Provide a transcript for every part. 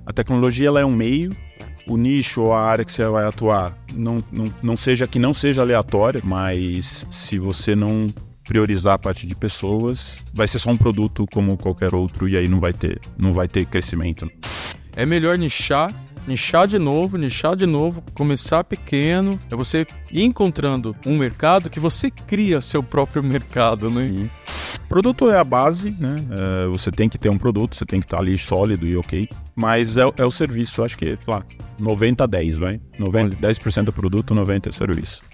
A tecnologia ela é um meio, o nicho ou a área que você vai atuar não seja aleatória, mas se você não priorizar a parte de pessoas, vai ser só um produto como qualquer outro e aí não vai ter crescimento. É melhor nichar de novo, começar pequeno, é você ir encontrando um mercado que você cria seu próprio mercado, né? Produto é a base, né? Você tem que ter um produto, você tem que estar ali sólido e ok, mas é o serviço, acho que, sei lá, 90-10, vai? 10% é produto, 90% é serviço.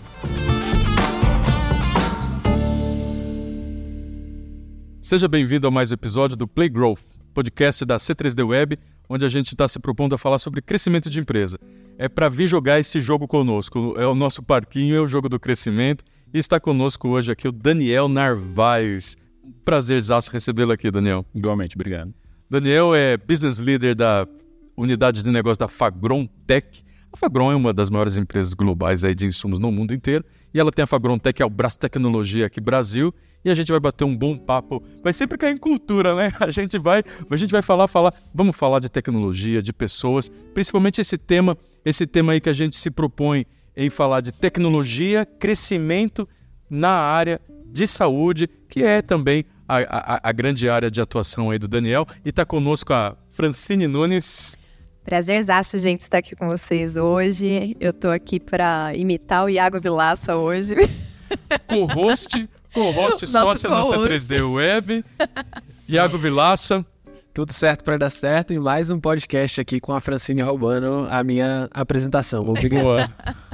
Seja bem-vindo a mais um episódio do Play Growth, podcast da C3D Web, onde a gente está se propondo a falar sobre crescimento de empresa. É para vir jogar esse jogo conosco, é o nosso parquinho, é o jogo do crescimento, e está conosco hoje aqui o Daniel Narvaez. Prazerzaço recebê-lo aqui, Daniel. Igualmente, obrigado. Daniel é Business Leader da unidade de negócio da Fagron Tech. A Fagron é uma das maiores empresas globais aí de insumos no mundo inteiro, e ela tem a Fagron Tech, é o braço de tecnologia aqui no Brasil, e a gente vai bater um bom papo. Vai sempre cair em cultura, né? A gente vai falar, vamos falar de tecnologia, de pessoas, principalmente esse tema aí que a gente se propõe em falar de tecnologia, crescimento na área de saúde, que é também a grande área de atuação aí do Daniel. E está conosco a Francine Nunes. Prazerzaço, gente, estar aqui com vocês hoje. Eu tô aqui para imitar o Iago Vilaça hoje. Co-host sócia da C3D Web. Iago Vilaça. Tudo certo para dar certo e mais um podcast aqui com a Francine roubando a minha apresentação. Obrigado.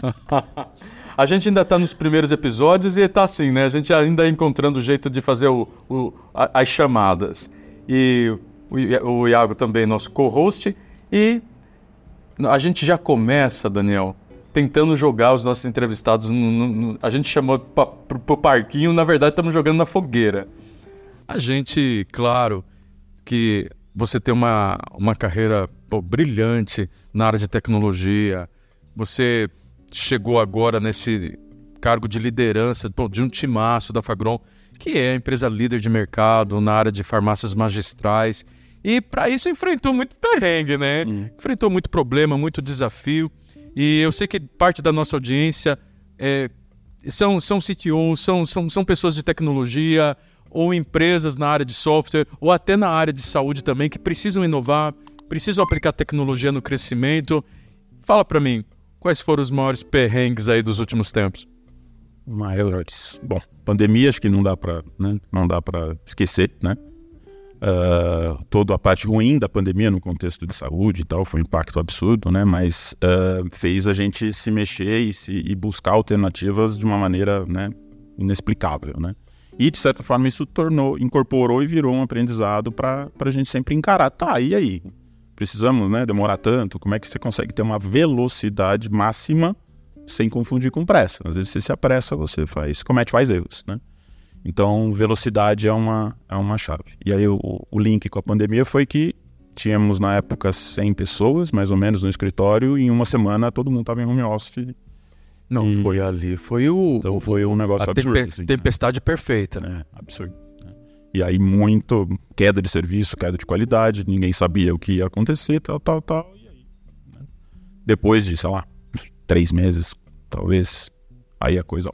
A gente ainda está nos primeiros episódios e está assim, né? A gente ainda encontrando o jeito de fazer as chamadas. E o Iago também, nosso co-host. E a gente já começa, Daniel, tentando jogar os nossos entrevistados. A gente chamou pro parquinho, na verdade estamos jogando na fogueira. A gente, claro, que você tem uma carreira brilhante na área de tecnologia. Você chegou agora nesse cargo de liderança de um timaço da Fagron, que é a empresa líder de mercado na área de farmácias magistrais. E para isso enfrentou muito perrengue, né? Enfrentou muito problema, muito desafio. E eu sei que parte da nossa audiência são CTOs, são pessoas de tecnologia, ou empresas na área de software, ou até na área de saúde também, que precisam inovar, precisam aplicar tecnologia no crescimento. Fala para mim, quais foram os maiores perrengues aí dos últimos tempos? Maiores. Bom, pandemia acho que não dá para esquecer, né? Toda a parte ruim da pandemia no contexto de saúde e tal, foi um impacto absurdo, né? Mas fez a gente se mexer e buscar alternativas de uma maneira, né, inexplicável, né? E de certa forma isso incorporou e virou um aprendizado para a gente sempre encarar. Tá, e aí? Precisamos, né, demorar tanto? Como é que você consegue ter uma velocidade máxima sem confundir com pressa? Às vezes você se apressa, você comete mais erros, né? Então, velocidade é uma chave. E aí o link com a pandemia foi que tínhamos na época 100 pessoas, mais ou menos, no escritório, e em uma semana todo mundo estava em home office. Não, foi ali, Então foi um negócio absurdo. Tempestade perfeita. Absurdo. E aí queda de serviço, queda de qualidade, ninguém sabia o que ia acontecer, tal. E aí, né? Depois de, 3 meses, talvez, aí a coisa,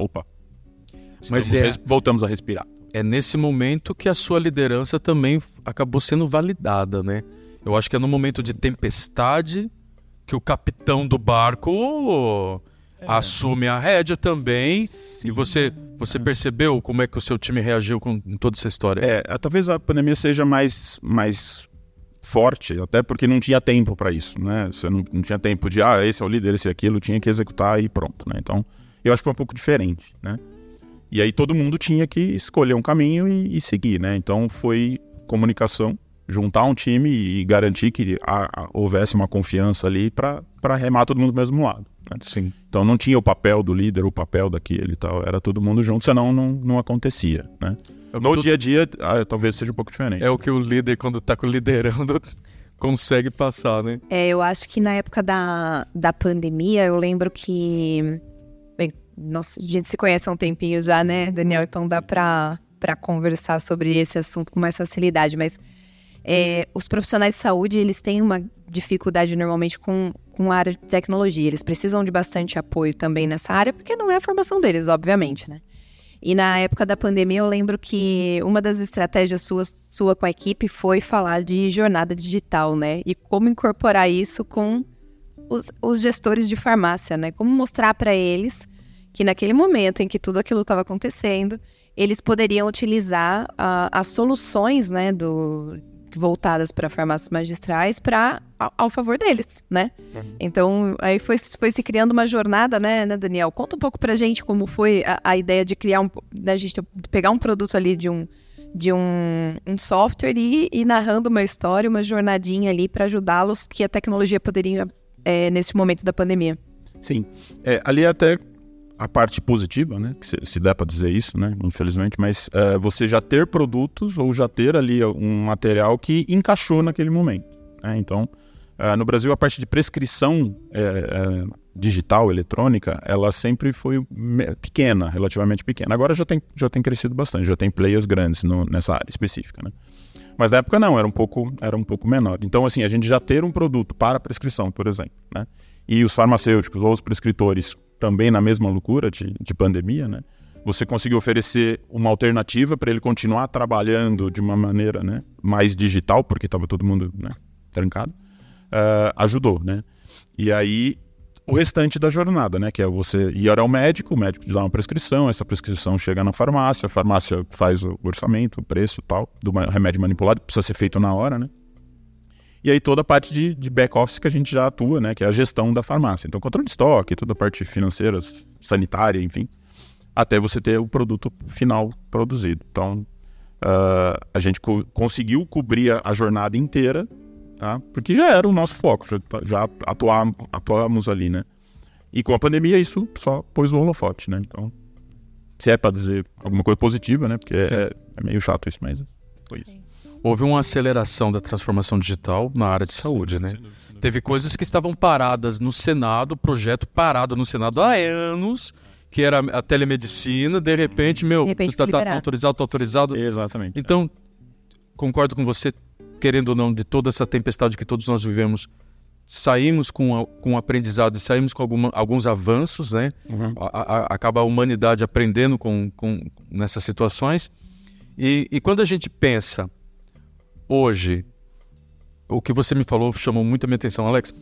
Mas voltamos a respirar. É nesse momento que a sua liderança também acabou sendo validada, né? Eu acho que é no momento de tempestade que o capitão do barco assume a rédea também. Sim. E você percebeu como é que o seu time reagiu com toda essa história? Talvez a pandemia seja mais forte, até porque não tinha tempo para isso, né? Você não tinha tempo de, esse é o líder, esse é aquilo, tinha que executar e pronto, né? Então, eu acho que foi um pouco diferente, né? E aí todo mundo tinha que escolher um caminho e seguir, né? Então foi comunicação, juntar um time e garantir que houvesse uma confiança ali para remar todo mundo do mesmo lado, né? Sim. Então não tinha o papel do líder, o papel daquele e tal, era todo mundo junto, senão não acontecia, né? No dia a dia, talvez seja um pouco diferente. É o que o líder, quando está liderando, consegue passar, né? Eu acho que na época da pandemia, eu lembro que... Nossa, a gente se conhece há um tempinho já, né, Daniel? Então dá para conversar sobre esse assunto com mais facilidade. Mas Os profissionais de saúde, eles têm uma dificuldade normalmente com a área de tecnologia. Eles precisam de bastante apoio também nessa área, porque não é a formação deles, obviamente, né? E na época da pandemia, eu lembro que uma das estratégias sua com a equipe foi falar de jornada digital, né? E como incorporar isso com os gestores de farmácia, né? Como mostrar para eles que naquele momento em que tudo aquilo estava acontecendo, eles poderiam utilizar as soluções, né, voltadas para farmácias magistrais ao favor deles, né? Então, aí foi se criando uma jornada, né, Daniel? Conta um pouco pra gente como foi a ideia de criar da gente pegar um produto ali de um software e ir narrando uma história, uma jornadinha ali para ajudá-los que a tecnologia poderia nesse momento da pandemia. Sim. Ali até a parte positiva, né, que se der para dizer isso, né, infelizmente, mas você já ter produtos ou já ter ali um material que encaixou naquele momento, né? Então, no Brasil, a parte de prescrição digital, eletrônica, ela sempre foi pequena, relativamente pequena. Agora já tem crescido bastante, já tem players grandes nessa área específica, né? Mas na época não, era um pouco menor. Então, assim, a gente já ter um produto para prescrição, por exemplo, né? E os farmacêuticos ou os prescritores também na mesma loucura de pandemia, né? Você conseguiu oferecer uma alternativa para ele continuar trabalhando de uma maneira, né, mais digital, porque estava todo mundo, né, trancado, ajudou, né? E aí, o restante da jornada, né, que é você ir ao médico, o médico te dá uma prescrição, essa prescrição chega na farmácia, a farmácia faz o orçamento, o preço e tal, do remédio manipulado, precisa ser feito na hora, né? E aí toda a parte de back-office que a gente já atua, né, que é a gestão da farmácia. Então, controle de estoque, toda a parte financeira, sanitária, enfim, até você ter o produto final produzido. Então, a gente conseguiu cobrir a jornada inteira, tá? Porque já era o nosso foco, já atuávamos ali, né? E com a pandemia isso só pôs o holofote, né? Então, se é para dizer alguma coisa positiva, né? Porque é meio chato isso, mas foi isso. Houve uma aceleração da transformação digital na área de saúde, né? Teve coisas que estavam paradas no Senado, projeto parado no Senado há anos, que era a telemedicina, de repente, tá autorizado. Exatamente. Então, concordo com você, querendo ou não, de toda essa tempestade que todos nós vivemos, saímos com aprendizado e saímos com alguns avanços, né? Acaba a humanidade aprendendo nessas situações. E quando a gente pensa hoje, o que você me falou chamou muito a minha atenção, Alex.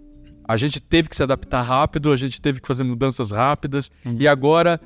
A gente teve que se adaptar rápido, a gente teve que fazer mudanças rápidas, e agora,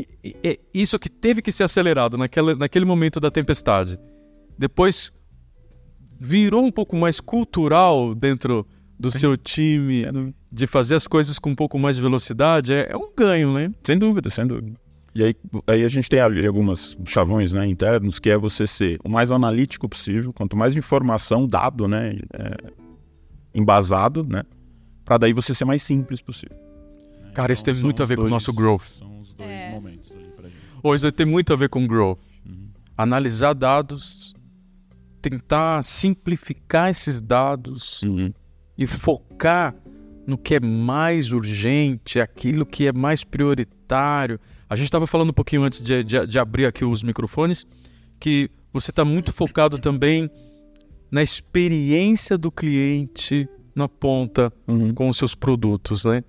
isso que teve que ser acelerado naquele momento da tempestade, depois virou um pouco mais cultural dentro do seu time, de fazer as coisas com um pouco mais de velocidade, é um ganho, né? Sem dúvida. E aí a gente tem ali alguns chavões, né, internos, que é você ser o mais analítico possível, quanto mais informação, dado, né, embasado, né, para daí você ser mais simples possível. Cara, isso tem muito a ver com o nosso growth. São os dois momentos ali pra gente. Isso tem muito a ver com growth. Analisar dados, tentar simplificar esses dados e focar no que é mais urgente, aquilo que é mais prioritário. A gente estava falando um pouquinho antes de abrir aqui os microfones, que você está muito focado também na experiência do cliente na ponta com os seus produtos, né?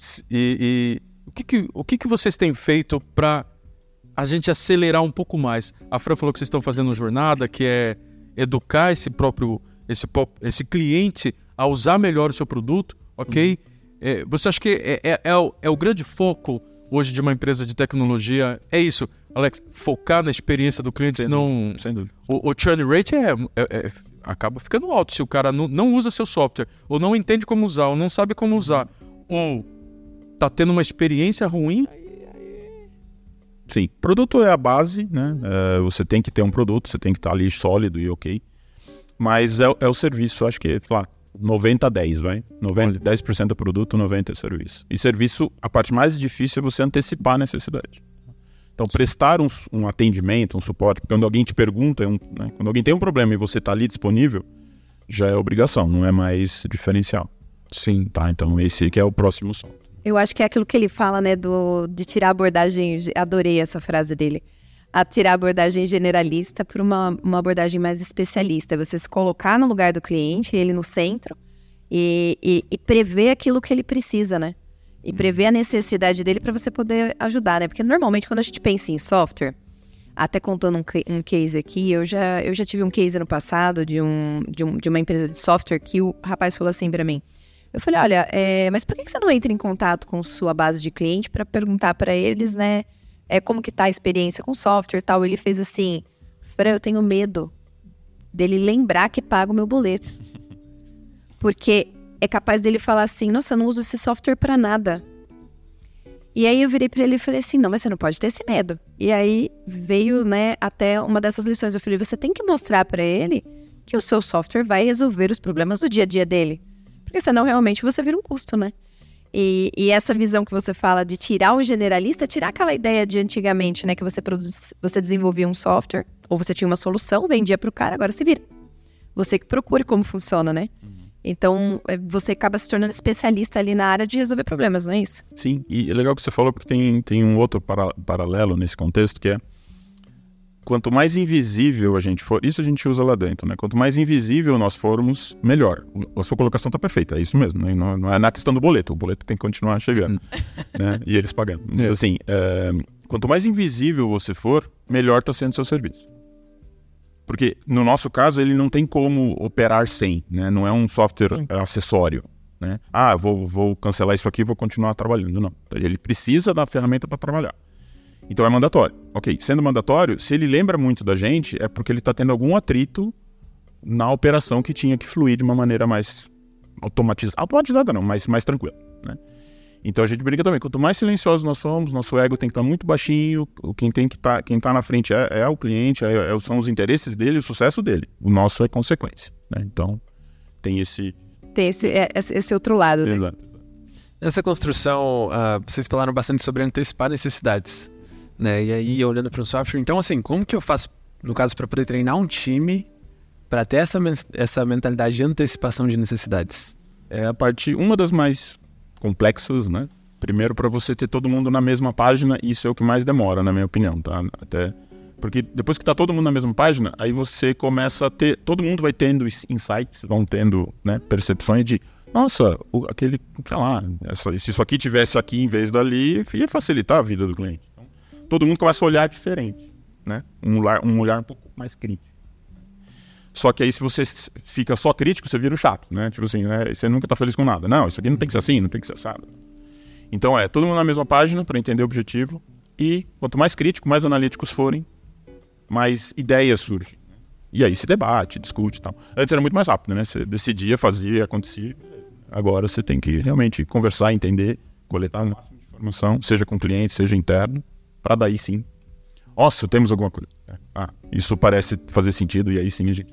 E o que vocês têm feito para a gente acelerar um pouco mais? A Fran falou que vocês estão fazendo uma jornada que é educar esse cliente a usar melhor o seu produto, ok? Você acha que é o grande foco hoje de uma empresa de tecnologia? É isso, Alex, focar na experiência do cliente, senão o churn rate acaba ficando alto se o cara não usa seu software, ou não entende como usar, ou não sabe como usar, ou tá tendo uma experiência ruim. Sim, produto é a base, né? Você tem que ter um produto, você tem que estar ali sólido e ok, mas é o serviço, acho que, sei lá, 90-10, vai? 10% é produto, 90% é serviço. E serviço, a parte mais difícil é você antecipar a necessidade. Então, prestar um atendimento, um suporte, quando alguém te pergunta, né? Quando alguém tem um problema e você está ali disponível, já é obrigação, não é mais diferencial. Sim. Tá, então esse que é o próximo salto. Eu acho que é aquilo que ele fala, né, de tirar a abordagem, adorei essa frase dele. a tirar a abordagem generalista para uma abordagem mais especialista. Você se colocar no lugar do cliente, ele no centro, e prever aquilo que ele precisa, né? E prever a necessidade dele para você poder ajudar, né? Porque normalmente quando a gente pensa em software, até contando um case aqui, eu já tive um case no passado de uma empresa de software que o rapaz falou assim para mim. Eu falei, olha, mas por que você não entra em contato com sua base de cliente para perguntar para eles, né? Como que tá a experiência com software e tal. Ele fez assim, Fran, eu tenho medo dele lembrar que paga o meu boleto. Porque é capaz dele falar assim, nossa, eu não uso esse software para nada. E aí eu virei para ele e falei assim, não, mas você não pode ter esse medo. E aí veio, né, até uma dessas lições. Eu falei, você tem que mostrar para ele que o seu software vai resolver os problemas do dia a dia dele. Porque senão realmente você vira um custo, né? E essa visão que você fala de tirar o generalista, tirar aquela ideia de antigamente, né, que você desenvolvia um software, ou você tinha uma solução, vendia para o cara, agora se vira. Você que procure como funciona, né? Então, você acaba se tornando especialista ali na área de resolver problemas, não é isso? Sim, e é legal que você falou, porque tem um outro paralelo nesse contexto, que é quanto mais invisível a gente for, isso a gente usa lá dentro, né? Quanto mais invisível nós formos, melhor. A sua colocação está perfeita, é isso mesmo, né? Não é na questão do boleto, o boleto tem que continuar chegando, né? E eles pagando. Mas assim, quanto mais invisível você for, melhor está sendo o seu serviço. Porque, no nosso caso, ele não tem como operar sem, né? Não é um software acessório, né? Vou cancelar isso aqui e vou continuar trabalhando. Não, ele precisa da ferramenta para trabalhar. Então é mandatório. Ok, sendo mandatório, se ele lembra muito da gente, é porque ele está tendo algum atrito na operação que tinha que fluir de uma maneira mais automatizada não, mas mais tranquila, né? Então a gente brinca também, quanto mais silenciosos nós somos, nosso ego tem que estar muito baixinho, quem tá na frente é o cliente, são os interesses dele, o sucesso dele. O nosso é consequência, né? Então tem esse... Tem esse outro lado, né? Exato. Nessa construção, vocês falaram bastante sobre antecipar necessidades, né? E aí, olhando para o software, então assim, como que eu faço, no caso, para poder treinar um time para ter essa mentalidade de antecipação de necessidades? É uma das mais complexas, né? Primeiro, para você ter todo mundo na mesma página, isso é o que mais demora, na minha opinião, tá? Até porque depois que tá todo mundo na mesma página, aí você começa a ter, todo mundo vai tendo insights, vão tendo, né, percepções de, nossa, aquele, sei lá, se isso aqui tivesse aqui em vez dali, ia facilitar a vida do cliente. Então, todo mundo começa a olhar diferente, né? Um olhar um pouco mais crítico. Só que aí, se você fica só crítico, você vira o chato, né? Tipo assim, né? Você nunca tá feliz com nada. Não, isso aqui não tem que ser assim, não tem que ser assado. Então todo mundo na mesma página para entender o objetivo. E quanto mais crítico, mais analíticos forem, mais ideias surgem. E aí se debate, discute e tal. Antes era muito mais rápido, né? Você decidia, fazia, acontecia. Agora você tem que realmente conversar, entender, coletar o máximo de informação, seja com o cliente, seja interno, para daí sim. Nossa, temos alguma coisa. Isso parece fazer sentido e aí sim a gente...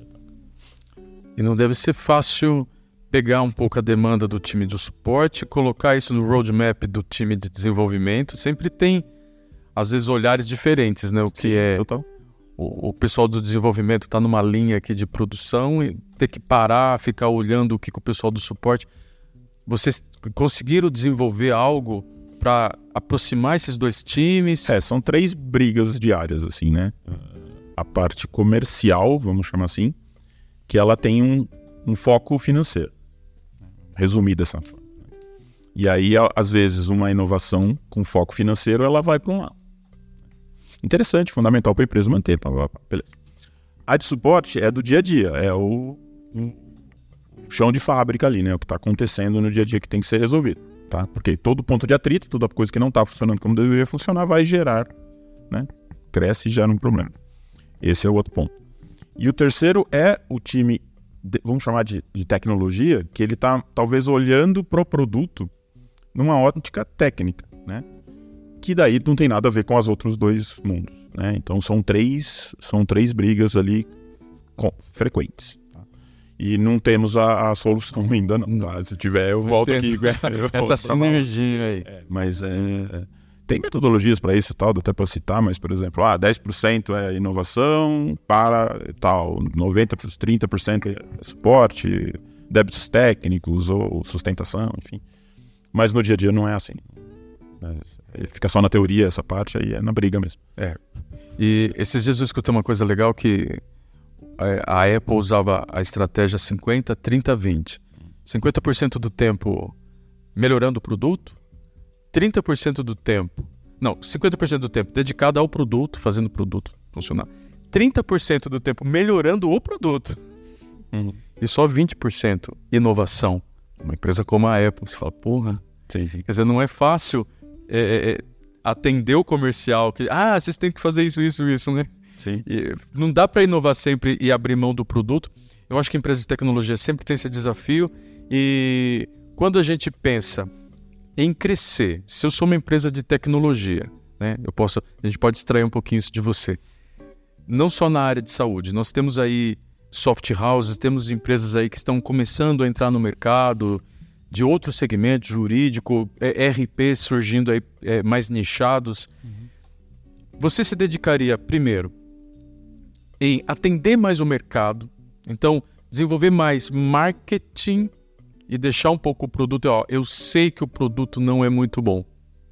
E não deve ser fácil pegar um pouco a demanda do time de suporte, colocar isso no roadmap do time de desenvolvimento. Sempre tem, às vezes, olhares diferentes, né? Total. O pessoal do desenvolvimento está numa linha aqui de produção e ter que parar, ficar olhando o que o pessoal do suporte... Vocês conseguiram desenvolver algo para aproximar esses dois times? São 3 brigas diárias, assim, né? A parte comercial, vamos chamar assim, que ela tem um foco financeiro, resumido dessa forma. E aí, às vezes, uma inovação com foco financeiro, ela vai para um lado. Interessante, fundamental para a empresa manter. Beleza. A de suporte é do dia a dia, é o chão de fábrica ali, né? O que está acontecendo no dia a dia que tem que ser resolvido, tá? Porque todo ponto de atrito, toda coisa que não está funcionando como deveria funcionar, vai gerar, né? Cresce e gera um problema. Esse é o outro ponto. E o terceiro é o time, vamos chamar de tecnologia, que ele está talvez olhando para o produto numa ótica técnica, né? Que daí não tem nada a ver com os outros 2 mundos, né? Então são três brigas ali frequentes. Tá? E não temos a solução ainda não. Tá? Se tiver, eu volto aqui. Essa sinergia aí. Mas tem metodologias para isso e tal, até para citar, mas, por exemplo, 10% é inovação para tal, 90%, 30% é suporte, débitos técnicos ou sustentação, enfim. Mas no dia a dia não é assim. Fica só na teoria essa parte, aí é na briga mesmo. E esses dias eu escutei uma coisa legal que a Apple usava a estratégia 50, 30, 20. 50% do tempo melhorando o produto, 30% do tempo... Não, 50% do tempo dedicado ao produto, fazendo o produto funcionar. 30% do tempo melhorando o produto. E só 20% inovação. Uma empresa como a Apple, você fala, porra... Sim. Quer dizer, não é fácil atender o comercial, que vocês têm que fazer isso, né? Sim. E não dá para inovar sempre e abrir mão do produto. Eu acho que empresas de tecnologia sempre tem esse desafio. E quando a gente pensa em crescer, se eu sou uma empresa de tecnologia, né, a gente pode extrair um pouquinho isso de você. Não só na área de saúde, nós temos aí soft houses, temos empresas aí que estão começando a entrar no mercado de outros segmentos, jurídico, RP surgindo aí mais nichados. Você se dedicaria primeiro em atender mais o mercado, então desenvolver mais marketing e deixar um pouco o produto. Eu sei que o produto não é muito bom.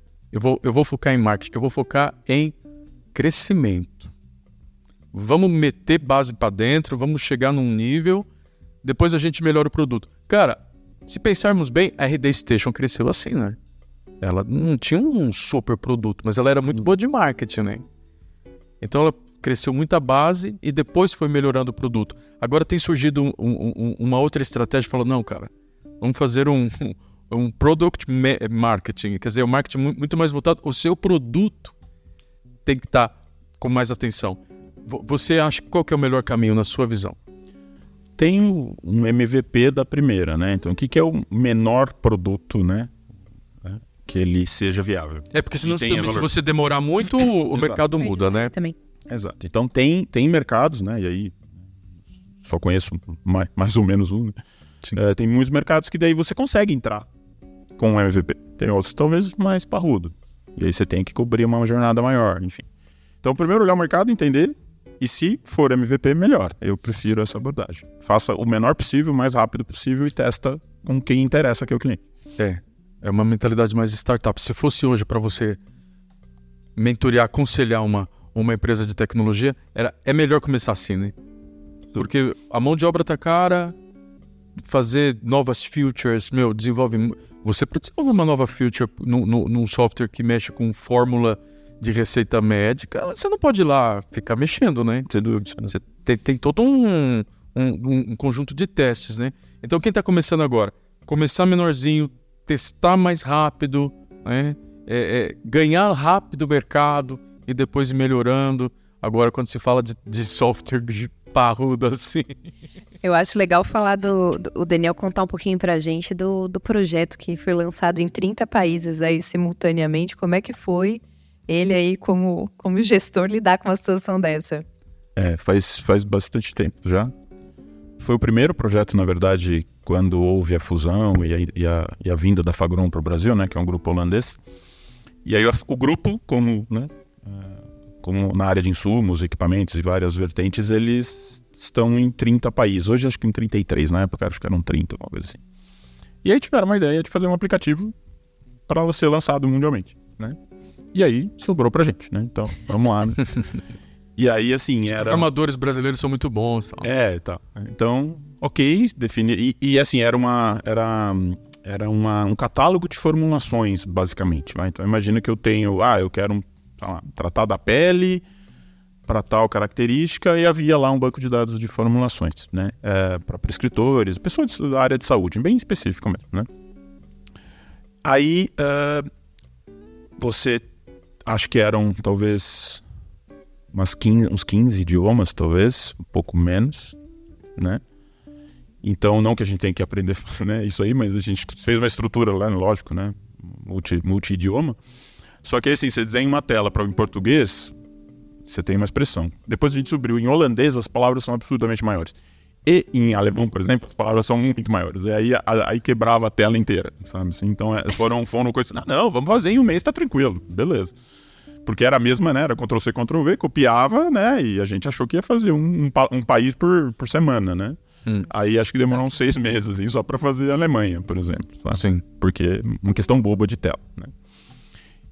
Eu vou focar em marketing, eu vou focar em crescimento. Vamos meter base para dentro, vamos chegar num nível, depois a gente melhora o produto. Cara, se pensarmos bem, a RD Station cresceu assim, né? Ela não tinha um super produto, mas ela era muito boa de marketing, né? Então ela cresceu muito a base e depois foi melhorando o produto. Agora tem surgido uma outra estratégia, falando, não, cara, vamos fazer um product marketing, quer dizer, o marketing muito mais voltado, o seu produto tem que estar com mais atenção. Você acha qual que é o melhor caminho na sua visão? Tem um MVP da primeira, né? Então, o que é o menor produto, né? Que ele seja viável. Porque senão se você demorar muito, o mercado muda, né? Também. Exato. Então, tem mercados, né? E aí, só conheço mais ou menos um, né? Tem muitos mercados que daí você consegue entrar com um MVP. Tem outros talvez mais parrudo. E aí você tem que cobrir uma jornada maior, enfim. Então, primeiro olhar o mercado, entender, e se for MVP, melhor. Eu prefiro essa abordagem. Faça o menor possível, o mais rápido possível e testa com quem interessa, que é o cliente. É uma mentalidade mais startup. Se fosse hoje para você mentorear, aconselhar uma empresa de tecnologia, é melhor começar assim, né? Porque a mão de obra tá cara, fazer novas features, desenvolve... Você pode desenvolver uma nova feature num software que mexe com fórmula de receita médica, você não pode ir lá ficar mexendo, né? Você tem todo um conjunto de testes, né? Então, quem está começando agora, começar menorzinho, testar mais rápido, né? Ganhar rápido o mercado e depois ir melhorando. Agora, quando se fala de software de parrudo assim... Eu acho legal falar o Daniel contar um pouquinho pra gente do projeto que foi lançado em 30 países aí simultaneamente. Como é que foi ele aí como gestor lidar com uma situação dessa? Faz bastante tempo já. Foi o primeiro projeto, na verdade, quando houve a fusão e a vinda da Fagron para o Brasil, né, que é um grupo holandês. E aí o grupo, como na área de insumos, equipamentos e várias vertentes, eles estão em 30 países. Hoje acho que em 33, na época acho que eram 30, uma coisa assim. E aí tiveram uma ideia de fazer um aplicativo para ser lançado mundialmente, né? E aí sobrou pra gente, né? Então, vamos lá, né? E aí, assim, Os programadores brasileiros são muito bons. Tal. Tá. Então, ok, define... E assim, era um catálogo de formulações, basicamente. Vai? Então, imagina que eu tenho... eu quero tratar da pele para tal característica, e havia lá um banco de dados de formulações, né? Para prescritores, pessoas da área de saúde, bem específico mesmo, né? Aí, você... Acho que eram, talvez, uns 15 idiomas, talvez, um pouco menos, né? Então, não que a gente tenha que aprender, né, isso aí, mas a gente fez uma estrutura lá, lógico, né? Multi-idioma. Só que, assim, você desenha uma tela em português, você tem uma expressão. Depois a gente descobriu, em holandês, as palavras são absurdamente maiores. E em alemão, por exemplo, as palavras são muito maiores. E aí quebrava a tela inteira, sabe? Assim, então foram coisas... Não, vamos fazer em um mês, tá tranquilo. Beleza. Porque era a mesma, né? Era Ctrl-C, Ctrl-V, copiava, né? E a gente achou que ia fazer um país por semana, né? Aí acho que demorou uns 6 meses, assim, só para fazer a Alemanha, por exemplo. Sabe? Sim. Porque uma questão boba de tela, né?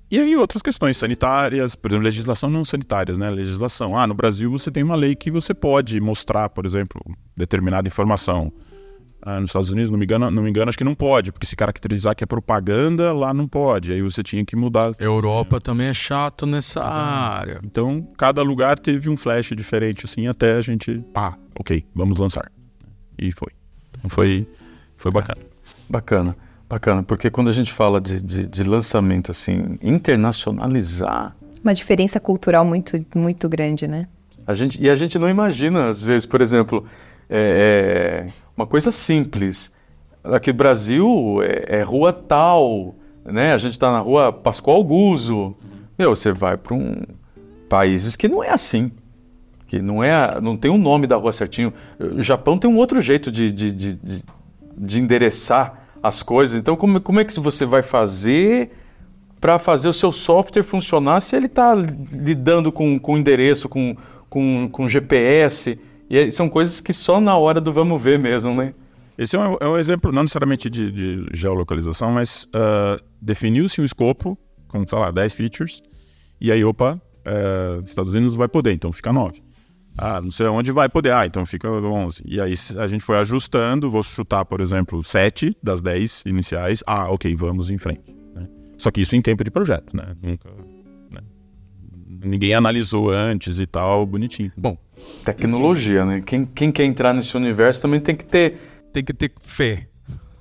E aí outras questões sanitárias, por exemplo, legislação não sanitárias, né? Legislação. No Brasil você tem uma lei que você pode mostrar, por exemplo, determinada informação. Nos Estados Unidos, não me engano, acho que não pode, porque se caracterizar que é propaganda, lá não pode. Aí você tinha que mudar. Europa também é chato nessa área. Então, cada lugar teve um flash diferente, assim, até a gente, ok, vamos lançar. E foi bacana. Bacana, porque quando a gente fala de lançamento, assim, internacionalizar... Uma diferença cultural muito, muito grande, né? A gente não imagina, às vezes, por exemplo, uma coisa simples. Aqui no Brasil é rua tal, né? A gente está na rua Pascoal Guzzo. Você vai para países que não é assim. Que não tem o nome da rua certinho. O Japão tem um outro jeito de endereçar as coisas. Então, como é que você vai fazer para fazer o seu software funcionar se ele está lidando com endereço, com GPS? E aí, são coisas que só na hora do vamos ver mesmo, né? Esse é um exemplo, não necessariamente de geolocalização, mas definiu-se um escopo com, 10 features, e aí, Estados Unidos vai poder, então fica 9. Não sei onde vai poder, então fica 11. E aí a gente foi ajustando, vou chutar, por exemplo, 7 das 10 iniciais. Ok, vamos em frente. Né? Só que isso em tempo de projeto, né? Nunca, né? Ninguém analisou antes e tal, bonitinho. Bom, tecnologia, né? Quem quer entrar nesse universo também tem que ter fé.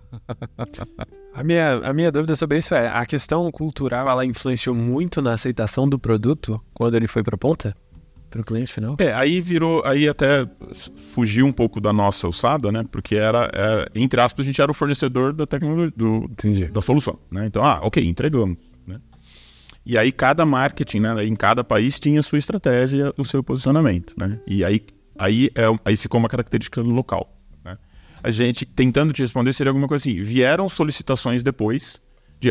A minha dúvida sobre isso é, a questão cultural, ela influenciou muito na aceitação do produto quando ele foi para a ponta? Para o cliente final? Aí até fugiu um pouco da nossa alçada, né? Porque era, entre aspas, a gente era o fornecedor da tecnologia, da solução, né? Então, ok, entregamos, né? E aí cada marketing, né, em cada país tinha a sua estratégia, o seu posicionamento, né? E aí ficou uma característica local, né? A gente, tentando te responder, seria alguma coisa assim, vieram solicitações depois de,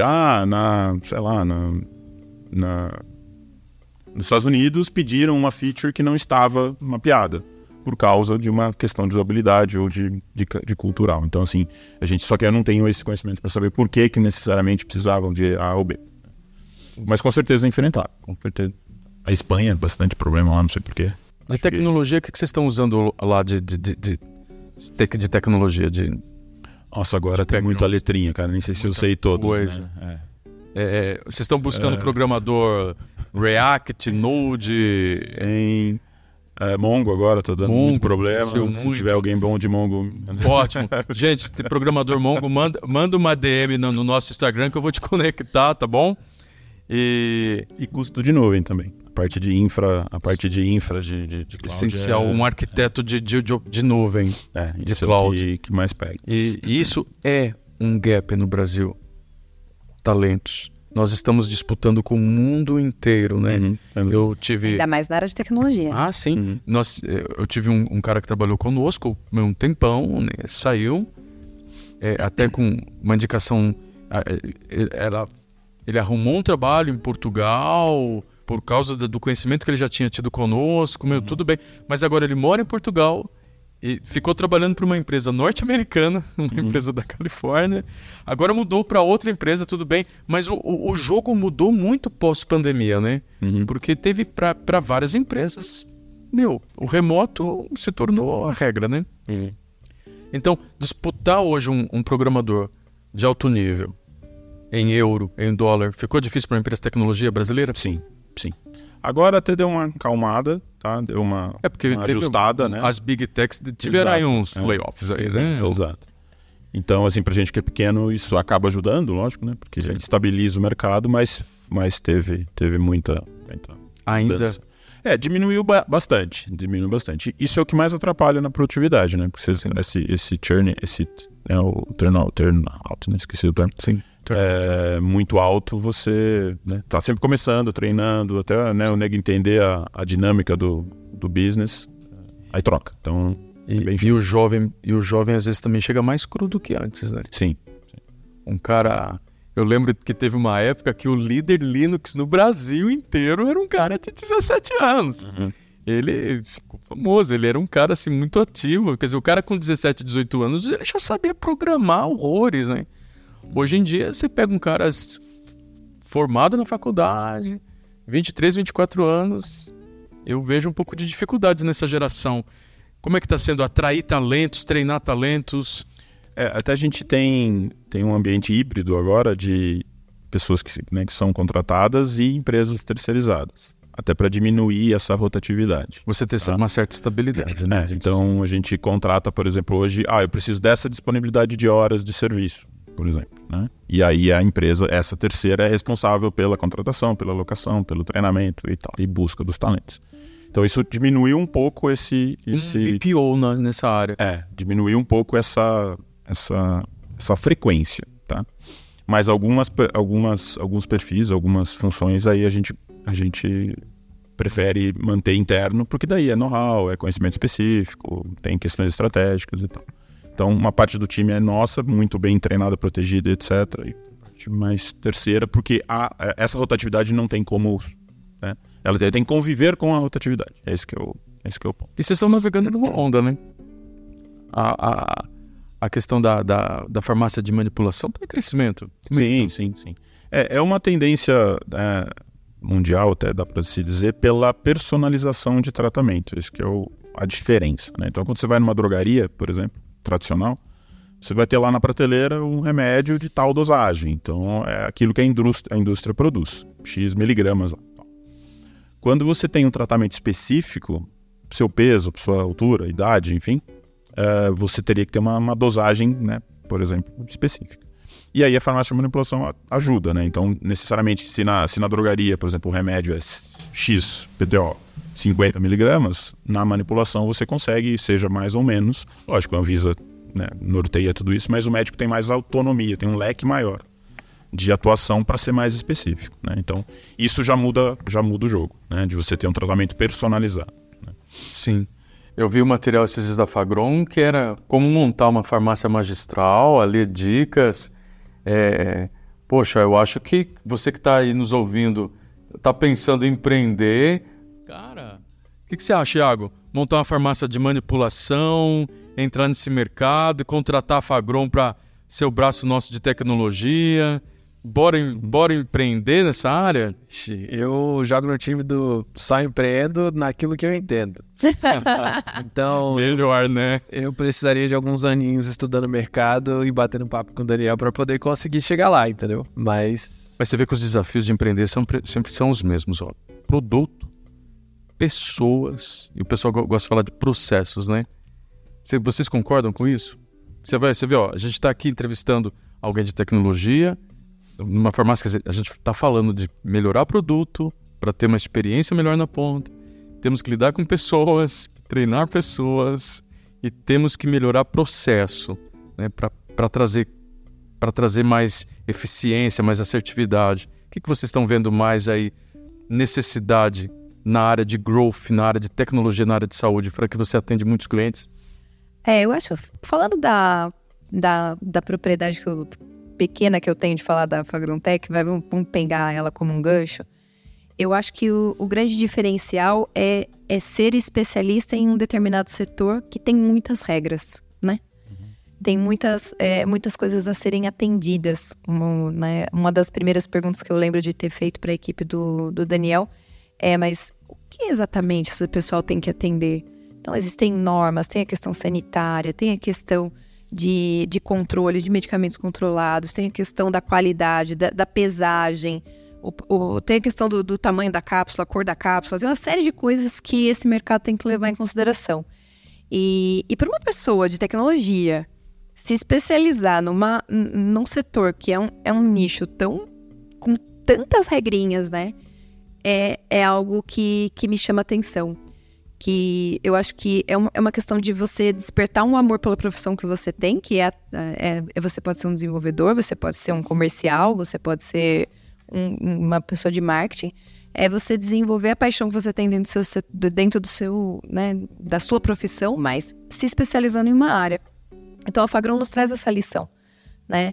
nos Estados Unidos pediram uma feature que não estava mapeada por causa de uma questão de usabilidade ou de cultural. Então, assim, só que eu não tenho esse conhecimento para saber por que necessariamente precisavam de A ou B. Mas com certeza enfrentar, com certeza. A Espanha, bastante problema lá, não sei porquê. De tecnologia, o que vocês estão usando lá de tecnologia? Nossa, agora tem muita letrinha, cara, nem sei se eu sei todos. Né? Vocês estão buscando programador React, Node... Em Mongo agora, tá dando muito problema. Se tiver alguém bom de Mongo... Ótimo. Gente, tem programador Mongo, manda uma DM no nosso Instagram que eu vou te conectar, tá bom? E custo de nuvem também. A parte de infra de cloud. Essencial, um arquiteto de nuvem, de cloud. É o que mais pega. E isso é um gap no Brasil. Talentos. Nós estamos disputando com o mundo inteiro, né? Ainda mais na área de tecnologia. Sim. Eu tive um cara que trabalhou conosco um tempão, né? Saiu, até com uma indicação... Ele arrumou um trabalho em Portugal por causa do conhecimento que ele já tinha tido conosco, tudo bem. Mas agora ele mora em Portugal e ficou trabalhando para uma empresa norte-americana, uma empresa da Califórnia. Agora mudou para outra empresa, tudo bem. Mas o jogo mudou muito pós-pandemia, né? Porque teve para várias empresas. O remoto se tornou a regra, né? Então, disputar hoje um programador de alto nível, em euro, em dólar, ficou difícil para uma empresa de tecnologia brasileira? Sim. Agora até deu uma acalmada, tá? Deu uma ajustada, né? As big techs tiveram aí uns layoffs aí, né? Exato. Então, assim, pra gente que é pequeno, isso acaba ajudando, lógico, né? Porque a gente estabiliza o mercado, mas teve muita ainda mudança. Diminuiu bastante. Isso é o que mais atrapalha na produtividade, né? Porque esse churn, o turn out, né? Esqueci o termo. Sim. Muito alto, você, né, tá sempre começando, treinando, até, né, o nego entender a dinâmica do business, aí troca. Então, e o jovem às vezes também chega mais cru do que antes, né? Sim. Um cara... Eu lembro que teve uma época que o líder Linux no Brasil inteiro era um cara de 17 anos. Ele ficou famoso, ele era um cara assim muito ativo. Quer dizer, o cara com 17, 18 anos, ele já sabia programar horrores, né? Hoje em dia, você pega um cara formado na faculdade, 23, 24 anos, eu vejo um pouco de dificuldade nessa geração. Como é que está sendo atrair talentos, treinar talentos? Até a gente tem um ambiente híbrido agora de pessoas que são contratadas e empresas terceirizadas, até para diminuir essa rotatividade. Você ter uma certa estabilidade, né? Então a gente contrata, por exemplo, hoje, eu preciso dessa disponibilidade de horas de serviço, por exemplo, né? E aí a empresa, essa terceira, é responsável pela contratação, pela alocação, pelo treinamento e tal, e busca dos talentos. Então isso diminuiu um pouco esse BPO nessa área. Diminuiu um pouco essa frequência, tá? Mas alguns perfis, algumas funções aí a gente prefere manter interno, porque daí é know-how, é conhecimento específico, tem questões estratégicas e tal. Então uma parte do time é nossa, muito bem treinada, protegida, etc. E a parte mais terceira, porque essa rotatividade não tem como... né? Ela tem que conviver com a rotatividade. É esse que é o ponto. E vocês estão navegando numa onda, né? A questão da farmácia de manipulação está em crescimento. Sim. É uma tendência mundial, até dá para se dizer, pela personalização de tratamento. Isso que é a diferença, né? Então, quando você vai numa drogaria, por exemplo, tradicional, você vai ter lá na prateleira um remédio de tal dosagem. Então, é aquilo que a indústria produz, X miligramas lá. Quando você tem um tratamento específico, seu peso, sua altura, idade, enfim, você teria que ter uma dosagem, né, por exemplo, específica. E aí a farmácia de manipulação ajuda, né? Então, necessariamente, se na drogaria, por exemplo, o remédio é X, PTO, 50 miligramas, na manipulação você consegue, seja mais ou menos, lógico, a Anvisa, né, norteia tudo isso, mas o médico tem mais autonomia, tem um leque maior de atuação para ser mais específico, né? Então, isso já muda o jogo, né? De você ter um tratamento personalizado, né? Sim. Eu vi o material esses dias da Fagron, que era como montar uma farmácia magistral, ali dicas. Poxa, eu acho que você que está aí nos ouvindo, está pensando em empreender. Cara, o que você acha, Iago? Montar uma farmácia de manipulação, entrar nesse mercado e contratar a Fagron para ser o braço nosso de tecnologia. Bora empreender nessa área? Eu jogo no time do só empreendo naquilo que eu entendo. Então, melhor, né? Eu precisaria de alguns aninhos estudando mercado e batendo papo com o Daniel para poder conseguir chegar lá, entendeu? Mas você vê que os desafios de empreender sempre são os mesmos, ó. Produto, pessoas, e o pessoal gosta de falar de processos, né? Vocês concordam com isso? Você vê, ó, a gente está aqui entrevistando alguém de tecnologia, numa farmácia, quer dizer, a gente está falando de melhorar produto para ter uma experiência melhor na ponta. Temos que lidar com pessoas, treinar pessoas e temos que melhorar processo, né, para trazer mais eficiência, mais assertividade. O que vocês estão vendo mais aí, necessidade na área de growth, na área de tecnologia, na área de saúde, para que você atende muitos clientes? Eu acho, falando da propriedade pequena que eu tenho de falar da Fagron Tech, vamos pegar ela como um gancho. Eu acho que o grande diferencial é ser especialista em um determinado setor que tem muitas regras, né? Tem muitas coisas a serem atendidas. Né? Uma das primeiras perguntas que eu lembro de ter feito para a equipe do Daniel mas o que exatamente esse pessoal tem que atender? Então, existem normas, tem a questão sanitária, tem a questão de controle de medicamentos controlados, tem a questão da qualidade, da pesagem, tem a questão do tamanho da cápsula, a cor da cápsula, tem uma série de coisas que esse mercado tem que levar em consideração. E para uma pessoa de tecnologia se especializar num setor que é um nicho com tantas regrinhas, né? É algo que me chama atenção. Que eu acho que é uma questão de você despertar um amor pela profissão que você tem, que você pode ser um desenvolvedor, você pode ser um comercial, você pode ser uma pessoa de marketing. É você desenvolver a paixão que você tem dentro do seu, né, da sua profissão, mas se especializando em uma área. Então a Fagron nos traz essa lição, né?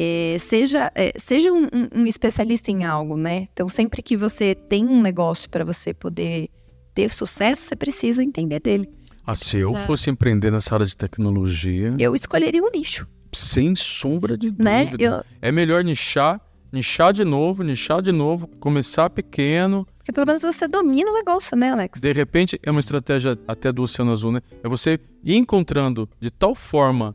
Seja um especialista em algo, né? Então sempre que você tem um negócio para você poder ter sucesso, você precisa entender dele. Se eu fosse empreender nessa área de tecnologia, eu escolheria um nicho. Sem sombra de né? dúvida. É melhor nichar nichar de novo, começar pequeno. Porque pelo menos você domina o negócio, né, Alex? De repente, é uma estratégia até do Oceano Azul, né? É você ir encontrando de tal forma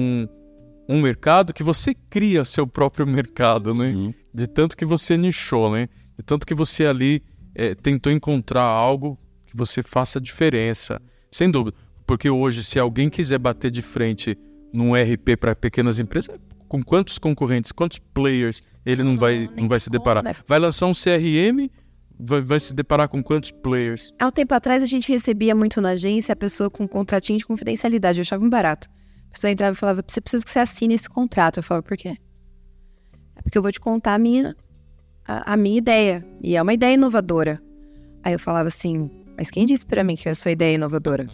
um mercado que você cria seu próprio mercado, né? De tanto que você nichou, né? De tanto que você ali tentou encontrar algo que você faça diferença. Sem dúvida. Porque hoje, se alguém quiser bater de frente num RP para pequenas empresas, com quantos concorrentes, quantos players ele não vai se deparar? Né? Vai lançar um CRM, vai se deparar com quantos players? Há um tempo atrás, a gente recebia muito na agência a pessoa com um contratinho de confidencialidade. Eu achava muito barato. A pessoa entrava e falava, você precisa que você assine esse contrato. Eu falava, por quê? É porque eu vou te contar a minha ideia. E é uma ideia inovadora. Aí eu falava assim, mas quem disse pra mim que a sua ideia é inovadora?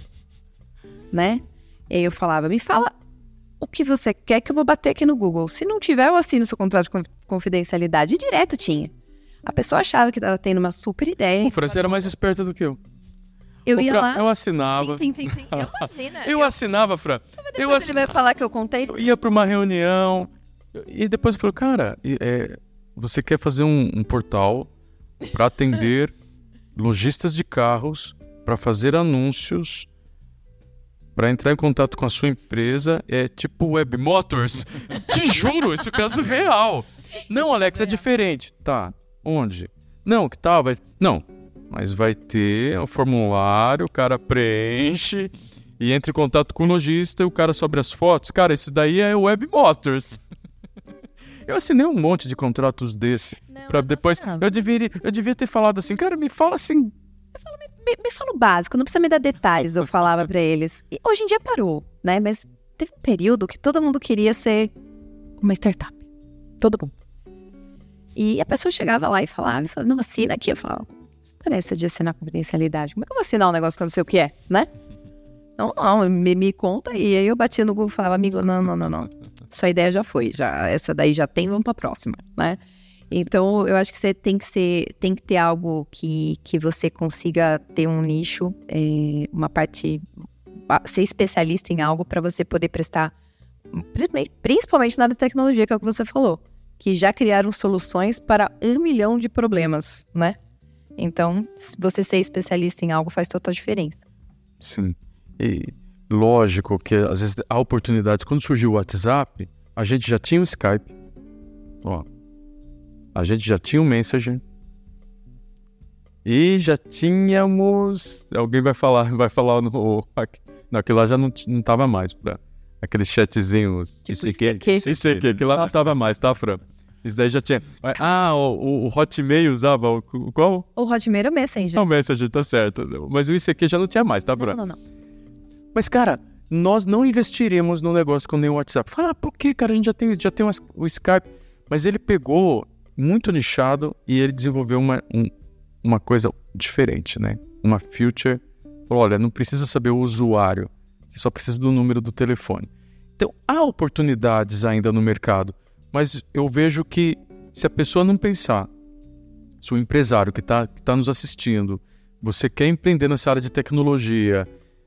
Né? E aí eu falava, me fala o que você quer que eu vou bater aqui no Google. Se não tiver, eu assino seu contrato de confidencialidade. E direto tinha. A pessoa achava que estava tendo uma super ideia. O Fran, você era mais esperta do que eu. Eu ia Fran, lá. Eu assinava. Sim. Eu imagino. Eu assinava, Fran. Ele vai falar que eu contei? Eu ia para uma reunião e depois eu falei, cara, você quer fazer um portal para atender lojistas de carros, para fazer anúncios, para entrar em contato com a sua empresa, é tipo Web Motors? Te juro, esse é o caso real. Não, Alex, é diferente. Tá, onde? Não, que tal? Não, mas vai ter um formulário, o cara preenche e entra em contato com o lojista e o cara sobe as fotos. Cara, isso daí é Web Motors. Eu assinei um monte de contratos desse. Para depois. Eu devia ter falado assim, cara, me fala assim. Me fala o básico, não precisa me dar detalhes, eu falava pra eles. E hoje em dia parou, né? Mas teve um período que todo mundo queria ser uma startup. Todo mundo. E a pessoa chegava lá e falava, não, assina aqui. Eu falava, parece de assinar confidencialidade. Como é que eu vou assinar um negócio que eu não sei o que é, né? Não, me conta. E aí eu batia no Google e falava, amigo, não. Sua ideia já foi, essa daí já tem, vamos pra próxima, né? Então, eu acho que você tem que ter algo que você consiga ter um nicho, uma parte, ser especialista em algo para você poder prestar, principalmente na área de tecnologia, que é o que você falou, que já criaram soluções para 1 milhão de problemas, né? Então, se você ser especialista em algo faz total diferença. Sim. E lógico que, às vezes, há oportunidades. Quando surgiu o WhatsApp, a gente já tinha o Skype. A gente já tinha o Messenger. E já tínhamos... Alguém vai falar no... Não, aquilo lá já não tava mais. Aqueles chatzinhos... ICQ, aquilo lá não tava mais, tá, Fran? Isso daí já tinha... o Hotmail usava qual? O Hotmail é o Messenger. O Messenger, tá certo. Mas o ICQ já não tinha mais, tá, Fran? Não. Mas, cara, nós não investiremos no negócio com nenhum WhatsApp. Fala, por que, cara? A gente já tem o Skype. Mas ele pegou muito nichado e ele desenvolveu uma coisa diferente, né? Uma feature. Falou, olha, não precisa saber o usuário. Você só precisa do número do telefone. Então, há oportunidades ainda no mercado. Mas eu vejo que se a pessoa não pensar, se o empresário que tá nos assistindo, você quer empreender nessa área de tecnologia,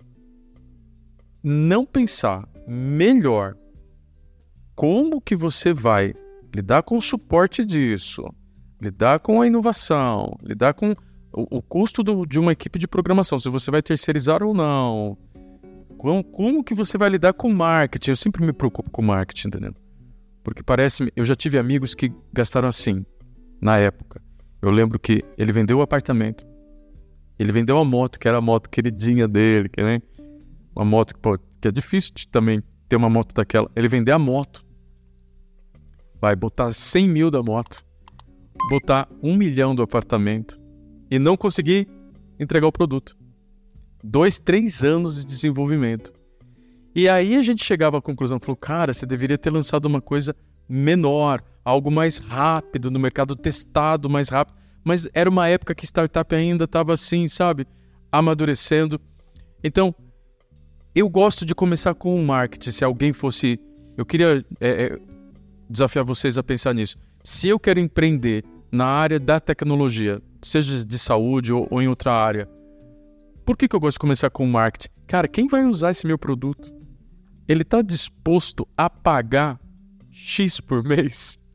não pensar melhor como que você vai lidar com o suporte disso, lidar com a inovação, lidar com o custo de uma equipe de programação, se você vai terceirizar ou não, como que você vai lidar com marketing. Eu sempre me preocupo com marketing, entendeu? Porque eu já tive amigos que gastaram assim, na época. Eu lembro que ele vendeu o apartamento, ele vendeu a moto, que era a moto queridinha dele, né? Uma moto que é difícil de também ter uma moto daquela. Ele vendeu a moto, vai botar 100 mil da moto, botar 1 milhão do apartamento e não conseguir entregar o produto. 2-3 anos de desenvolvimento. E aí a gente chegava à conclusão, falou, cara, você deveria ter lançado uma coisa menor, algo mais rápido no mercado, testado mais rápido. Mas era uma época que startup ainda estava assim, sabe, amadurecendo. Então, eu gosto de começar com o marketing. Se alguém fosse... Eu queria desafiar vocês a pensar nisso. Se eu quero empreender na área da tecnologia, seja de saúde ou em outra área, por que eu gosto de começar com o marketing? Cara, quem vai usar esse meu produto? Ele está disposto a pagar X por mês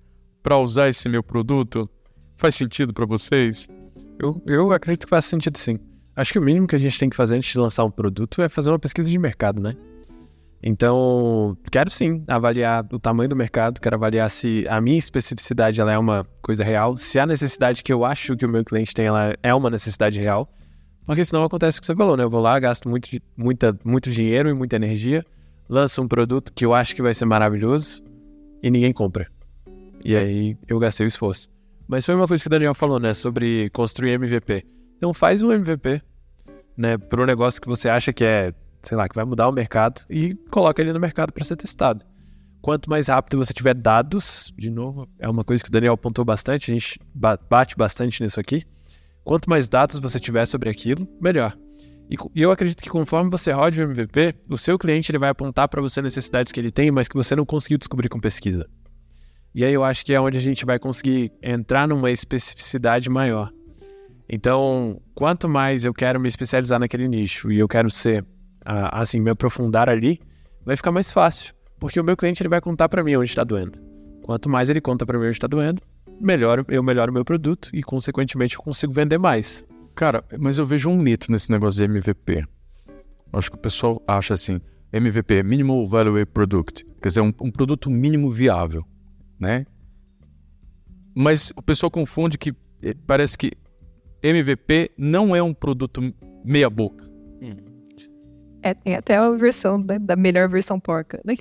para usar esse meu produto? Faz sentido para vocês? Eu acredito que faz sentido sim. Acho que o mínimo que a gente tem que fazer antes de lançar um produto é fazer uma pesquisa de mercado, né? Então, quero sim avaliar o tamanho do mercado, quero avaliar se a minha especificidade ela é uma coisa real, se a necessidade que eu acho que o meu cliente tem ela é uma necessidade real, porque senão acontece o que você falou, né? Eu vou lá, gasto muito dinheiro e muita energia, lanço um produto que eu acho que vai ser maravilhoso e ninguém compra. E aí eu gastei o esforço. Mas foi uma coisa que o Daniel falou, né? Sobre construir MVP. Então faz um MVP, né? Para um negócio que você acha que é, sei lá, que vai mudar o mercado e coloca ele no mercado para ser testado. Quanto mais rápido você tiver dados, de novo, é uma coisa que o Daniel apontou bastante, a gente bate bastante nisso aqui. Quanto mais dados você tiver sobre aquilo, melhor. E eu acredito que conforme você roda o MVP, o seu cliente ele vai apontar para você necessidades que ele tem, mas que você não conseguiu descobrir com pesquisa. E aí eu acho que é onde a gente vai conseguir entrar numa especificidade maior. Então, quanto mais eu quero me especializar naquele nicho e eu quero ser, assim, me aprofundar ali, vai ficar mais fácil. Porque o meu cliente ele vai contar para mim onde está doendo. Quanto mais ele conta para mim onde está doendo, eu melhoro o meu produto e, consequentemente, eu consigo vender mais. Cara, mas eu vejo um mito nesse negócio de MVP. Acho que o pessoal acha assim, MVP, Minimal Viable Product, quer dizer, um produto mínimo viável, né? Mas o pessoal confunde que parece que MVP não é um produto meia boca. Tem até a versão da melhor versão porca, né?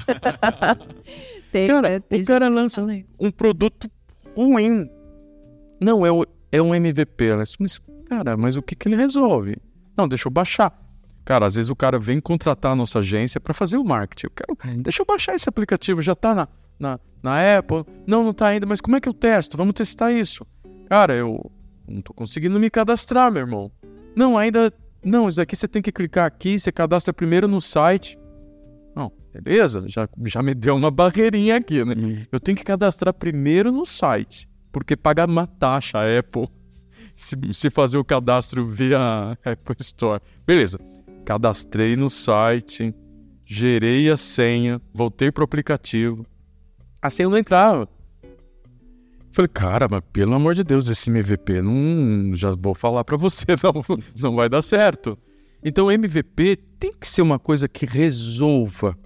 O cara lança um produto ruim. Não, é um MVP. Mas o que ele resolve? Não, deixa eu baixar. Cara, às vezes o cara vem contratar a nossa agência para fazer o marketing. Deixa eu baixar esse aplicativo, já tá na Apple. Não tá ainda, mas como é que eu testo? Vamos testar isso. Cara, eu não tô conseguindo me cadastrar, meu irmão. Não, isso aqui você tem que clicar aqui, você cadastra primeiro no site. Não, beleza, já me deu uma barreirinha aqui, né? Eu tenho que cadastrar primeiro no site, porque paga uma taxa a Apple se fazer o cadastro via Apple Store. Beleza, cadastrei no site, gerei a senha, voltei pro aplicativo. A senha não entrava. Falei, cara, mas pelo amor de Deus, esse MVP, já vou falar pra você, não vai dar certo. Então, MVP tem que ser uma coisa que resolva.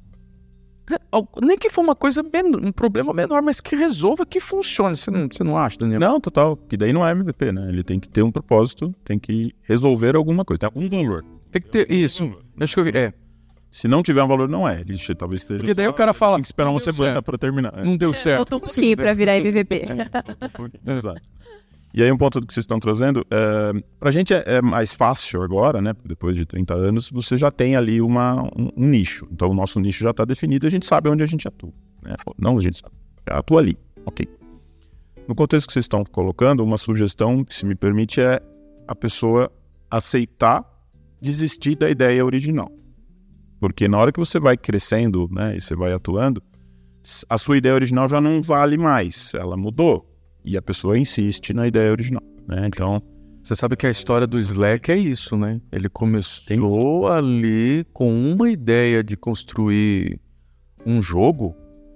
Nem que for uma coisa, um problema menor, mas que resolva, que funcione. Você não acha, Daniel? Não, total. Que daí não é MVP, né? Ele tem que ter um propósito, tem que resolver alguma coisa, tem algum valor. Tem que ter isso. Acho que Se não tiver um valor, não é. Ele talvez esteja. Porque daí o cara fala. Tem que esperar uma semana pra terminar. Não deu certo. Faltou um pouquinho pra virar MVP. Exato. E aí um ponto que vocês estão trazendo, pra gente é mais fácil agora, né? Depois de 30 anos, você já tem ali um nicho. Então o nosso nicho já está definido e a gente sabe onde a gente atua. Né? Não, a gente sabe. Atua ali. Ok. No contexto que vocês estão colocando, uma sugestão, que se me permite, é a pessoa aceitar desistir da ideia original. Porque na hora que você vai crescendo, né, e você vai atuando, a sua ideia original já não vale mais. Ela mudou. E a pessoa insiste na ideia original, né? Então, você sabe que a história do Slack é isso, né? Ele começou ali com uma ideia de construir um jogo.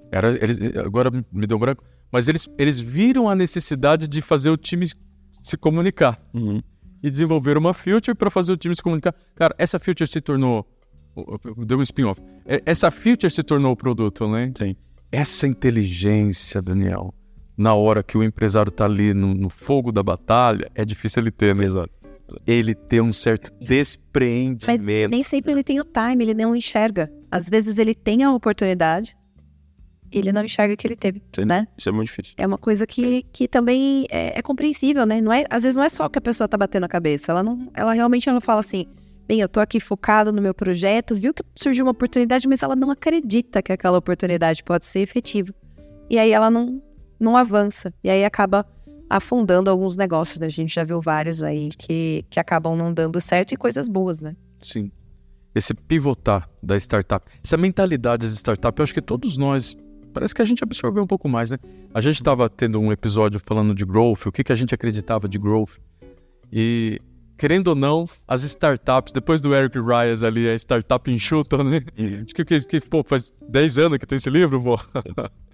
Agora me deu branco. Mas eles viram a necessidade de fazer o time se comunicar. E desenvolveram uma feature para fazer o time se comunicar. Cara, essa feature se tornou... Deu um spin-off. Essa feature se tornou o produto, né? Sim. Essa inteligência, Daniel, na hora que o empresário tá ali no fogo da batalha, é difícil ele ter, né? Exato. Ele ter um certo despreendimento. Mas nem sempre ele tem o time, ele não enxerga. Às vezes ele tem a oportunidade e ele não enxerga que ele teve, Sim, né? Isso é muito difícil. É uma coisa que também é compreensível, né? Às vezes não é só que a pessoa tá batendo a cabeça. Ela realmente fala assim, bem, eu tô aqui focada no meu projeto, viu que surgiu uma oportunidade, mas ela não acredita que aquela oportunidade pode ser efetiva. E aí ela não avança. E aí acaba afundando alguns negócios, né? A gente já viu vários aí que acabam não dando certo e coisas boas, né? Sim. Esse pivotar da startup, essa mentalidade de startup, eu acho que todos nós, parece que a gente absorveu um pouco mais, né? A gente estava tendo um episódio falando de growth, o que a gente acreditava de growth. E, querendo ou não, as startups, depois do Eric Ries ali, a startup enxuta, né? Acho que pô, faz 10 anos que tem esse livro, pô.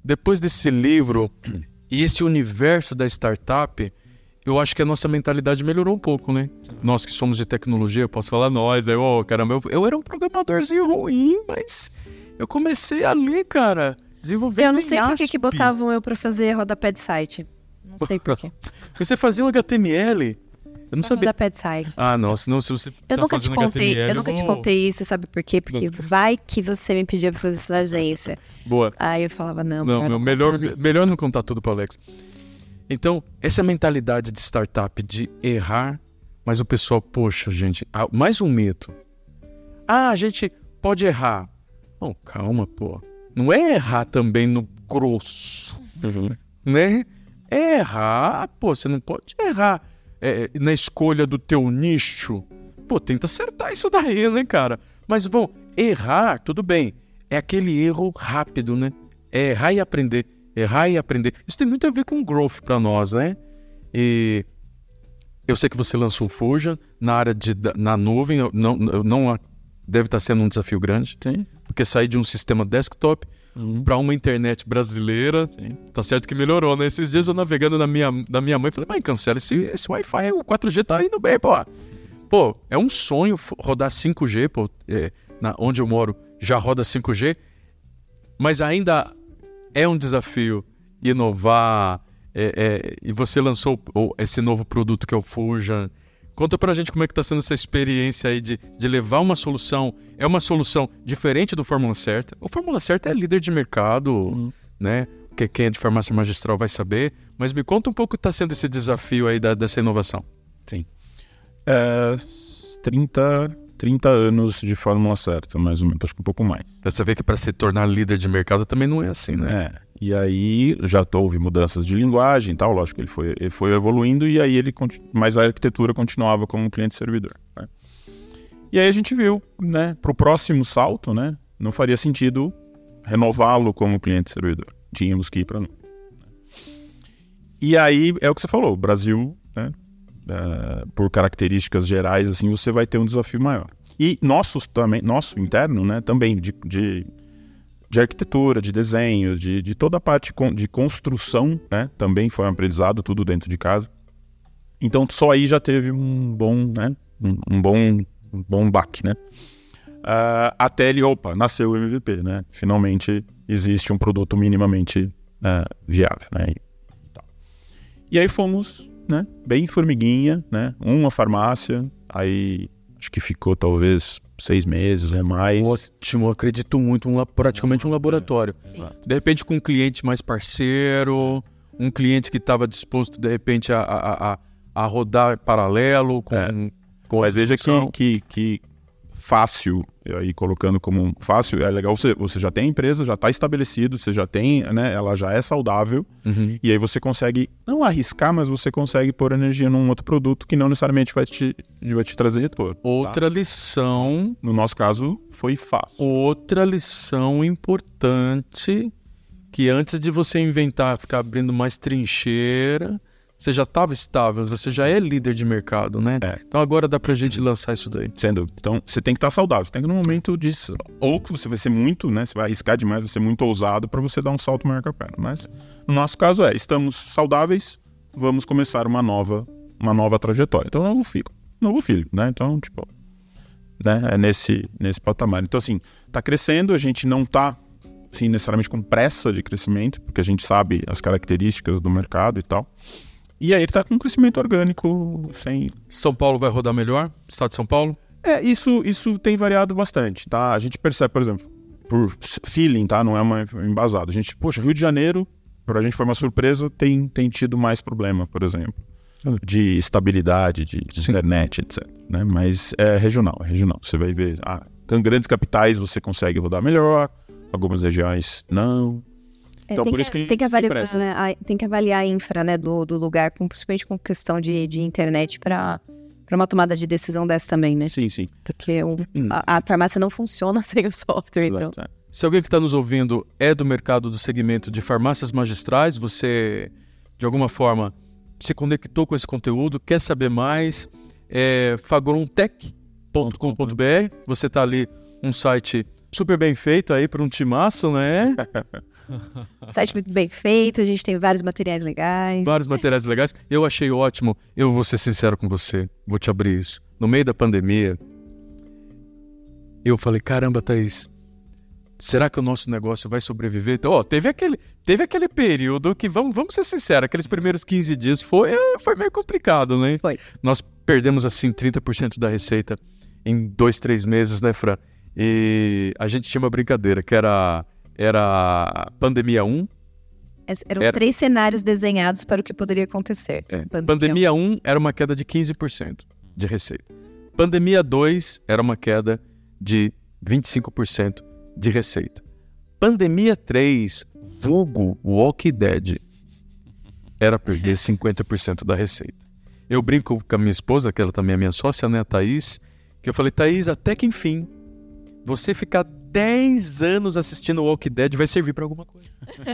depois desse livro e esse universo da startup, eu acho que a nossa mentalidade melhorou um pouco, né? Nós que somos de tecnologia, eu posso falar nós, caramba, eu era um programadorzinho ruim, mas eu comecei ali, cara, desenvolver. Eu não sei por que botavam eu pra fazer rodapé de site. Não sei por quê. Você fazia um HTML? Eu não sabia. Rodapé de site. Ah, não, senão se você Eu nunca te contei isso, sabe por quê? Porque vai que você me pedia pra fazer essa agência. Boa. Aí eu falava, não, melhor não contar tudo pro Alex. Então, essa mentalidade de startup de errar, mas o pessoal, poxa, gente, mais um mito. A gente pode errar. Não, calma, pô. Não é errar também no grosso, né? É errar, pô, você não pode errar na escolha do teu nicho. Pô, tenta acertar isso daí, né, cara? Mas, bom, errar, tudo bem. É aquele erro rápido, né? É errar e aprender. Errar e aprender. Isso tem muito a ver com growth para nós, né? E eu sei que você lançou o Fusion na área na nuvem. Não deve estar sendo um desafio grande. Sim. Porque sair de um sistema desktop para uma internet brasileira, tá certo que melhorou, né? Esses dias eu navegando na minha mãe, falei, mãe, cancela esse Wi-Fi, o 4G tá indo bem, pô. Pô, é um sonho rodar 5G, pô. Onde eu moro já roda 5G, mas ainda é um desafio inovar, e você lançou esse novo produto que é o Fusion. Conta pra gente como é que tá sendo essa experiência aí de levar uma solução. É uma solução diferente do Fórmula Certa. O Fórmula Certa é líder de mercado, né? Quem é de farmácia magistral vai saber. Mas me conta um pouco o que tá sendo esse desafio aí dessa inovação. Sim. 30 anos de Fórmula Certa, mais ou menos, acho que um pouco mais. Você vê que para se tornar líder de mercado também não é assim, né? E aí já houve mudanças de linguagem e tal, lógico que ele foi evoluindo, e aí mas a arquitetura continuava como cliente-servidor, né? E aí a gente viu, né, para o próximo salto, né, não faria sentido renová-lo como cliente-servidor. Tínhamos que ir para nuvem. E aí é o que você falou, o Brasil, né, por características gerais, assim, você vai ter um desafio maior. E nosso interno, né, também de arquitetura, de desenho, de toda a parte de construção, né, também foi um aprendizado, tudo dentro de casa. Então só aí já teve um bom, né, um bom baque, né. Até nasceu o MVP, né, finalmente existe um produto minimamente viável, né. E aí fomos, né, bem formiguinha, né, uma farmácia, aí acho que ficou talvez 6 meses, mais. Ótimo, acredito muito, praticamente um laboratório. De repente com um cliente mais parceiro, um cliente que estava disposto de repente a rodar paralelo com mas veja que fácil, aí colocando como fácil, é legal, você já tem a empresa, já está estabelecido, você já tem, né, ela já é saudável, e aí você consegue, não arriscar, mas você consegue pôr energia num outro produto que não necessariamente vai te trazer retorno. Outra lição... No nosso caso, foi fácil. Outra lição importante, que antes de você inventar, ficar abrindo mais trincheira, você já estava estável, você já é líder de mercado, né? Então agora dá pra gente lançar isso daí. Sem dúvida. Então você tem que estar saudável, você tem que no momento disso. Ou que você vai ser muito, né? Você vai arriscar demais, vai ser muito ousado para você dar um salto maior que a perna. Mas no nosso caso estamos saudáveis, vamos começar uma nova trajetória. Então novo filho, né? Então, tipo, né? É nesse patamar. Então, assim, tá crescendo, a gente não tá assim, necessariamente com pressa de crescimento, porque a gente sabe as características do mercado e tal. E aí ele está com um crescimento orgânico sem... São Paulo vai rodar melhor? Estado de São Paulo? Isso tem variado bastante, tá? A gente percebe, por exemplo, por feeling, tá? Não é uma embasado. A gente, Rio de Janeiro, pra gente foi uma surpresa, tem tido mais problema, por exemplo, de estabilidade, de internet, etc, né? Mas é regional. Você vai ver, em grandes capitais você consegue rodar melhor, algumas regiões não... Então, por isso que tem que avaliar a infra, né, do lugar, principalmente com questão de internet para uma tomada de decisão dessa também, né? Sim. Porque a farmácia não funciona sem o software, então. Se alguém que está nos ouvindo é do mercado do segmento de farmácias magistrais, você, de alguma forma, se conectou com esse conteúdo, quer saber mais, fagrontech.com.br, você está ali, um site super bem feito aí para um timaço, né? Site muito bem feito, a gente tem vários materiais legais. Vários materiais legais. Eu achei ótimo. Eu vou ser sincero com você. Vou te abrir isso. No meio da pandemia, eu falei, caramba, Thaís, será que o nosso negócio vai sobreviver? Então, teve aquele período que, vamos ser sinceros, aqueles primeiros 15 dias foi meio complicado, né? Foi. Nós perdemos, assim, 30% da receita em 2, 3 meses, né, Fran? E a gente tinha uma brincadeira, que era Pandemia 1. Eram 3 cenários desenhados para o que poderia acontecer. Pandemia 1 era uma queda de 15% de receita. Pandemia 2 era uma queda de 25% de receita. Pandemia 3, vulgo Walking Dead, era perder 50% da receita. Eu brinco com a minha esposa, que ela também é minha sócia, né, a Thaís, que eu falei, Thaís, até que enfim, você ficar 10 anos assistindo Walking Dead vai servir pra alguma coisa.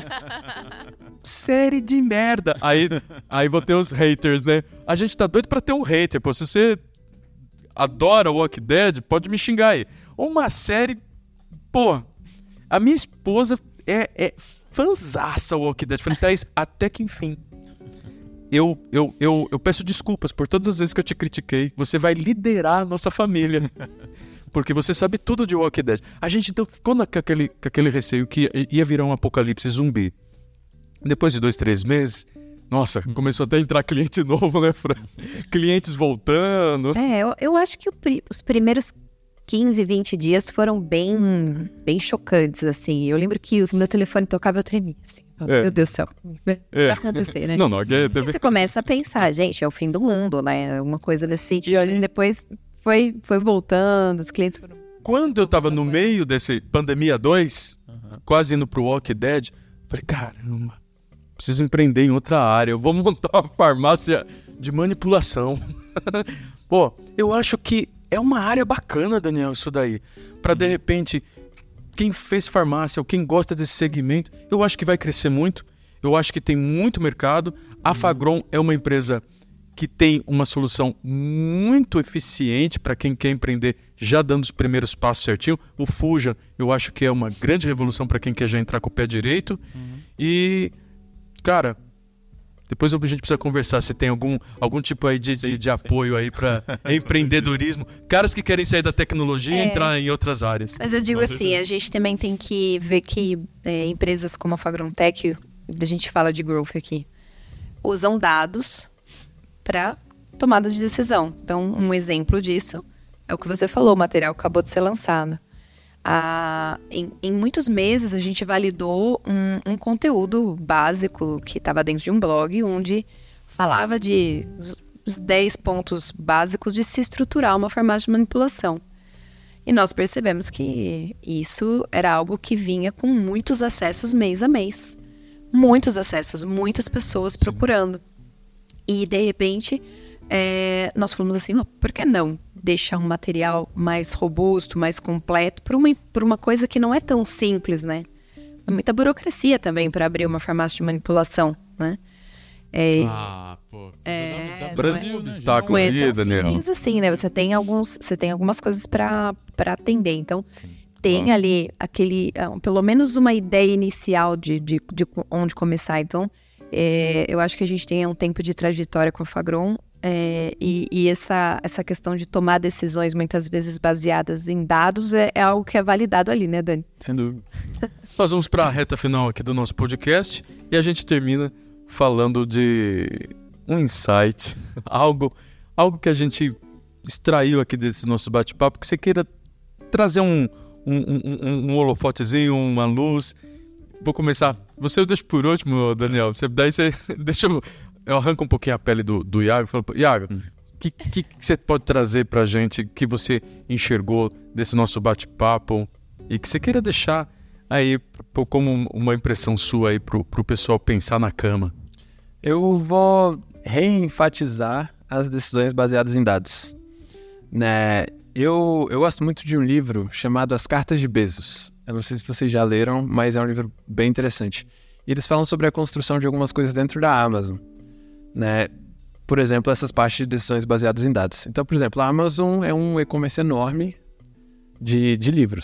Série de merda. Aí vou ter os haters, né? A gente tá doido pra ter um hater. Pô, se você adora Walking Dead, pode me xingar aí. Uma série... Pô, a minha esposa é fanzaça Walking Dead. Falei, Thaís, até que enfim. Eu peço desculpas por todas as vezes que eu te critiquei. Você vai liderar a nossa família. Porque você sabe tudo de Walking Dead. A gente então ficou com aquele receio que ia virar um apocalipse zumbi. Depois de 2, 3 meses, nossa, começou até a entrar cliente novo, né, Fran? Clientes voltando. Eu acho que os primeiros 15, 20 dias foram bem chocantes, assim. Eu lembro que o meu telefone tocava e eu tremia, assim. Meu Deus do céu, o que vai acontecer, né? Não, E você começa a pensar, gente, é o fim do mundo, né? Uma coisa desse sentido. E aí... Depois foi voltando, os clientes foram... Quando eu tava no meio desse Pandemia 2, quase indo pro Walking Dead, falei, caramba, preciso empreender em outra área. Eu vou montar uma farmácia de manipulação. Pô, eu acho que é uma área bacana, Daniel, isso daí. Pra, de repente, quem fez farmácia ou quem gosta desse segmento, eu acho que vai crescer muito. Eu acho que tem muito mercado. A Fagron é uma empresa que tem uma solução muito eficiente para quem quer empreender, já dando os primeiros passos certinho. O Fuja, eu acho que é uma grande revolução para quem quer já entrar com o pé direito. E, cara, depois a gente precisa conversar se tem algum tipo aí de apoio aí para empreendedorismo. Caras que querem sair da tecnologia e entrar em outras áreas. Mas eu digo assim, a gente também tem que ver que empresas como a Fagron Tech, a gente fala de growth aqui, usam dados para tomada de decisão. Então, um exemplo disso é o que você falou, o material acabou de ser lançado. Em muitos meses, a gente validou um conteúdo básico que estava dentro de um blog, onde falava de os 10 pontos básicos de se estruturar uma farmácia de manipulação. E nós percebemos que isso era algo que vinha com muitos acessos mês a mês. Muitos acessos, muitas pessoas procurando. E, de repente, nós falamos assim, por que não deixar um material mais robusto, mais completo, por uma coisa que não é tão simples, né? É muita burocracia também para abrir uma farmácia de manipulação, né? Brasil, obstáculo aí, Daniel. Simples assim, né? Você tem algumas coisas para atender. Então, tem ali pelo menos uma ideia inicial de onde começar. Então, eu acho que a gente tem um tempo de trajetória com a Fagron e essa questão de tomar decisões muitas vezes baseadas em dados é algo que é validado ali, né, Dani? Sem dúvida. Nós vamos para a reta final aqui do nosso podcast e a gente termina falando de um insight, algo que a gente extraiu aqui desse nosso bate-papo, que você queira trazer um holofotezinho, uma luz. Vou começar. Você eu deixo por último, Daniel. Daí você deixa eu arranco um pouquinho a pele do Iago e falo, Iago, o que você pode trazer pra gente que você enxergou desse nosso bate-papo e que você queira deixar aí como uma impressão sua aí pro pessoal pensar na cama? Eu vou reenfatizar as decisões baseadas em dados. Né? Eu gosto muito de um livro chamado As Cartas de Bezos. Eu não sei se vocês já leram, mas é um livro bem interessante. E eles falam sobre a construção de algumas coisas dentro da Amazon. Né? Por exemplo, essas partes de decisões baseadas em dados. Então, por exemplo, a Amazon é um e-commerce enorme de livros.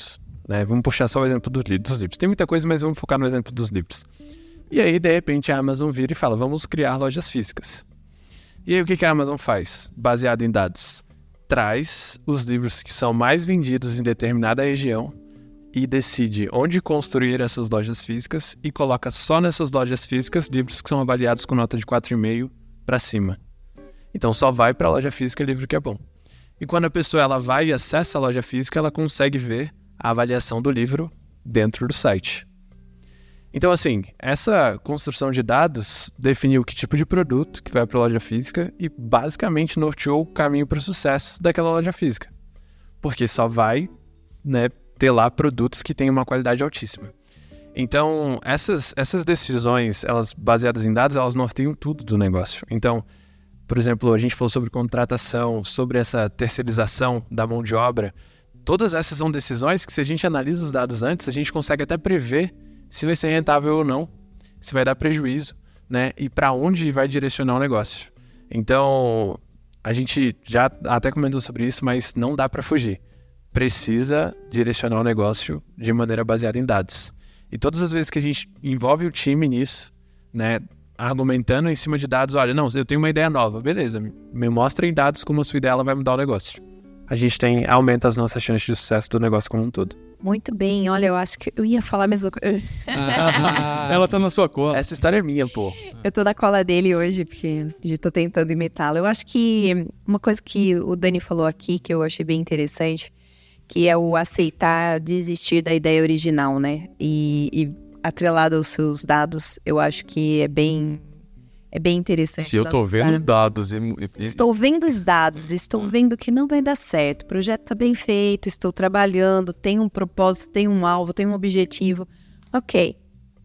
né? Vamos puxar só o exemplo dos livros. Tem muita coisa, mas vamos focar no exemplo dos livros. E aí, de repente, a Amazon vira e fala, vamos criar lojas físicas. E aí, o que a Amazon faz, baseado em dados? Traz os livros que são mais vendidos em determinada região e decide onde construir essas lojas físicas e coloca só nessas lojas físicas livros que são avaliados com nota de 4,5 para cima. Então, só vai para a loja física livro que é bom. E quando a pessoa ela vai e acessa a loja física, ela consegue ver a avaliação do livro dentro do site. Então, assim, essa construção de dados definiu que tipo de produto que vai para a loja física e basicamente norteou o caminho para o sucesso daquela loja física. Porque só vai, né, ter lá produtos que têm uma qualidade altíssima. Então, essas decisões, elas baseadas em dados, elas norteiam tudo do negócio. Então, por exemplo, a gente falou sobre contratação, sobre essa terceirização da mão de obra. Todas essas são decisões que, se a gente analisa os dados antes, a gente consegue até prever se vai ser rentável ou não, se vai dar prejuízo, né? E para onde vai direcionar o negócio. Então, a gente já até comentou sobre isso, mas não dá para fugir. Precisa direcionar o negócio de maneira baseada em dados. E todas as vezes que a gente envolve o time nisso, né, argumentando em cima de dados, olha, não, eu tenho uma ideia nova, beleza, me mostra em dados como a sua ideia ela vai mudar o negócio. A gente aumenta as nossas chances de sucesso do negócio como um todo. Muito bem, olha, eu acho que eu ia falar a mesma coisa. Ela tá na sua cola. Essa história é minha, pô. Eu tô na cola dele hoje, porque eu tô tentando imitá-lo. Eu acho que uma coisa que o Dani falou aqui, que eu achei bem interessante, que é o aceitar desistir da ideia original, né? E atrelado aos seus dados, eu acho que é bem interessante. Se eu tô vendo dados... Estou vendo os dados, estou vendo que não vai dar certo. O projeto tá bem feito, estou trabalhando, tem um propósito, tem um alvo, tem um objetivo. Ok.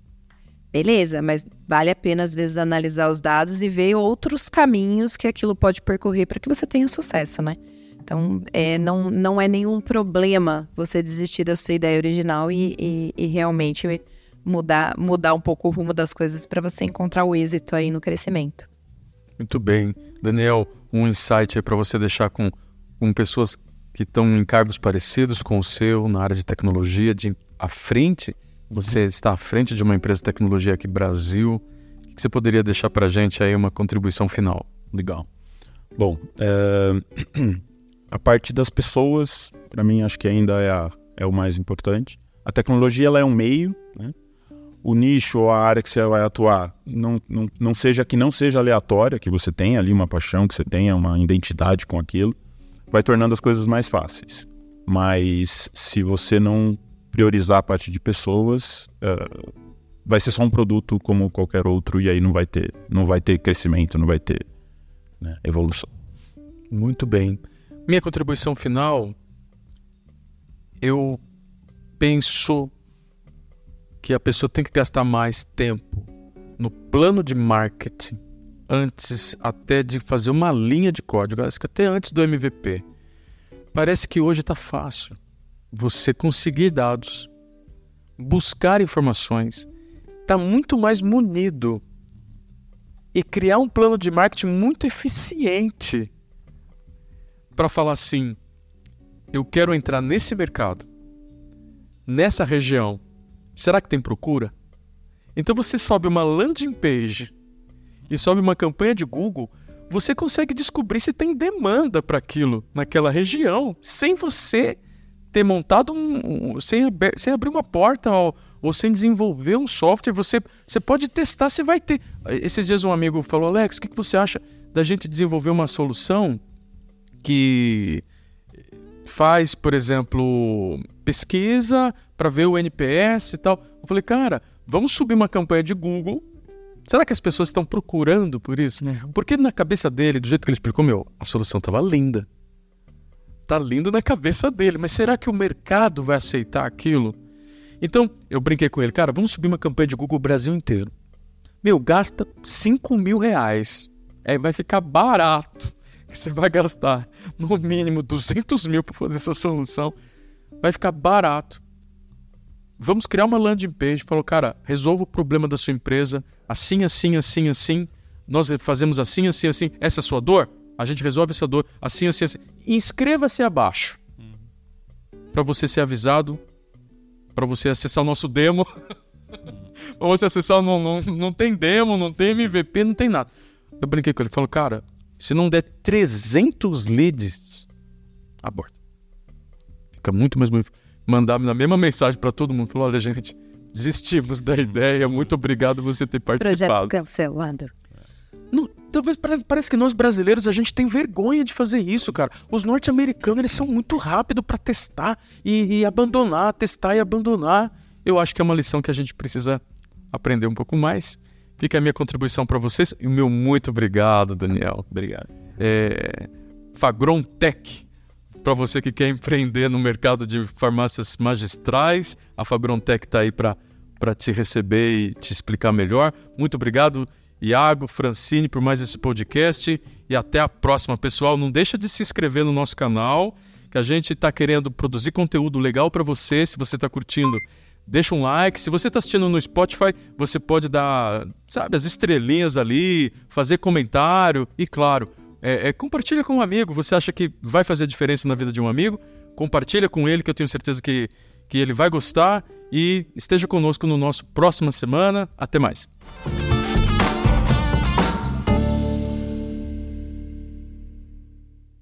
Beleza, mas vale a pena, às vezes, analisar os dados e ver outros caminhos que aquilo pode percorrer para que você tenha sucesso, né? Então, não é nenhum problema você desistir da sua ideia original e realmente mudar um pouco o rumo das coisas para você encontrar o êxito aí no crescimento. Muito bem. Daniel, um insight aí para você deixar com pessoas que estão em cargos parecidos com o seu, na área de tecnologia, à frente. Você está à frente de uma empresa de tecnologia aqui no Brasil. O que você poderia deixar para a gente aí uma contribuição final? Legal. Bom, a parte das pessoas, para mim, acho que ainda é o mais importante. A tecnologia ela é um meio, né? O nicho ou a área que você vai atuar não seja aleatória, que você tenha ali uma paixão, que você tenha uma identidade com aquilo, vai tornando as coisas mais fáceis. Mas se você não priorizar a parte de pessoas, vai ser só um produto como qualquer outro e aí não vai ter crescimento, não vai ter, né, evolução. Muito bem. Minha contribuição final, eu penso que a pessoa tem que gastar mais tempo no plano de marketing antes até de fazer uma linha de código, acho que até antes do MVP. Parece que hoje está fácil você conseguir dados, buscar informações, está muito mais munido e criar um plano de marketing muito eficiente para falar assim, eu quero entrar nesse mercado, nessa região, será que tem procura? Então você sobe uma landing page e sobe uma campanha de Google, você consegue descobrir se tem demanda para aquilo naquela região, sem você ter montado sem abrir uma porta ou sem desenvolver um software. Você pode testar se vai ter. Esses dias um amigo falou, Alex, o que você acha da gente desenvolver uma solução que faz, por exemplo, pesquisa para ver o NPS e tal. Eu falei, cara, vamos subir uma campanha de Google. Será que as pessoas estão procurando por isso? Porque na cabeça dele, do jeito que ele explicou, a solução estava linda. Tá lindo na cabeça dele, mas será que o mercado vai aceitar aquilo? Então, eu brinquei com ele, cara, vamos subir uma campanha de Google Brasil inteiro. Gasta R$5.000. Vai ficar barato. Você vai gastar no mínimo 200 mil para fazer essa solução. Vai ficar barato. Vamos criar uma landing page. Falou, cara, resolva o problema da sua empresa. Assim, assim, assim, assim. Nós fazemos assim, assim, assim. Essa é a sua dor? A gente resolve essa dor. Assim, assim, assim. Inscreva-se abaixo. Para você ser avisado para você acessar o nosso demo. Para você acessar, não tem demo, não tem MVP, não tem nada. Eu brinquei com ele, falou, cara, se não der 300 leads, aborta. Fica muito mais bonito. Mandar na mesma mensagem para todo mundo, falou, olha gente, desistimos da ideia, muito obrigado por você ter participado. Projeto cancelado. Não, talvez parece que nós brasileiros a gente tem vergonha de fazer isso, cara. Os norte-americanos eles são muito rápidos para testar e abandonar, testar e abandonar. Eu acho que é uma lição que a gente precisa aprender um pouco mais. Fica a minha contribuição para vocês e o meu muito obrigado, Daniel. Obrigado. Fagron Tech, para você que quer empreender no mercado de farmácias magistrais, a Fagron Tech está aí para te receber e te explicar melhor. Muito obrigado, Iago, Francine, por mais esse podcast e até a próxima, pessoal. Não deixa de se inscrever no nosso canal, que a gente está querendo produzir conteúdo legal para você. Se você está curtindo, deixa um like. Se você está assistindo no Spotify, você pode dar, sabe, as estrelinhas ali, fazer comentário e, claro, compartilha com um amigo. Você acha que vai fazer diferença na vida de um amigo? Compartilha com ele, que eu tenho certeza que ele vai gostar. E esteja conosco no nosso próxima semana. Até mais.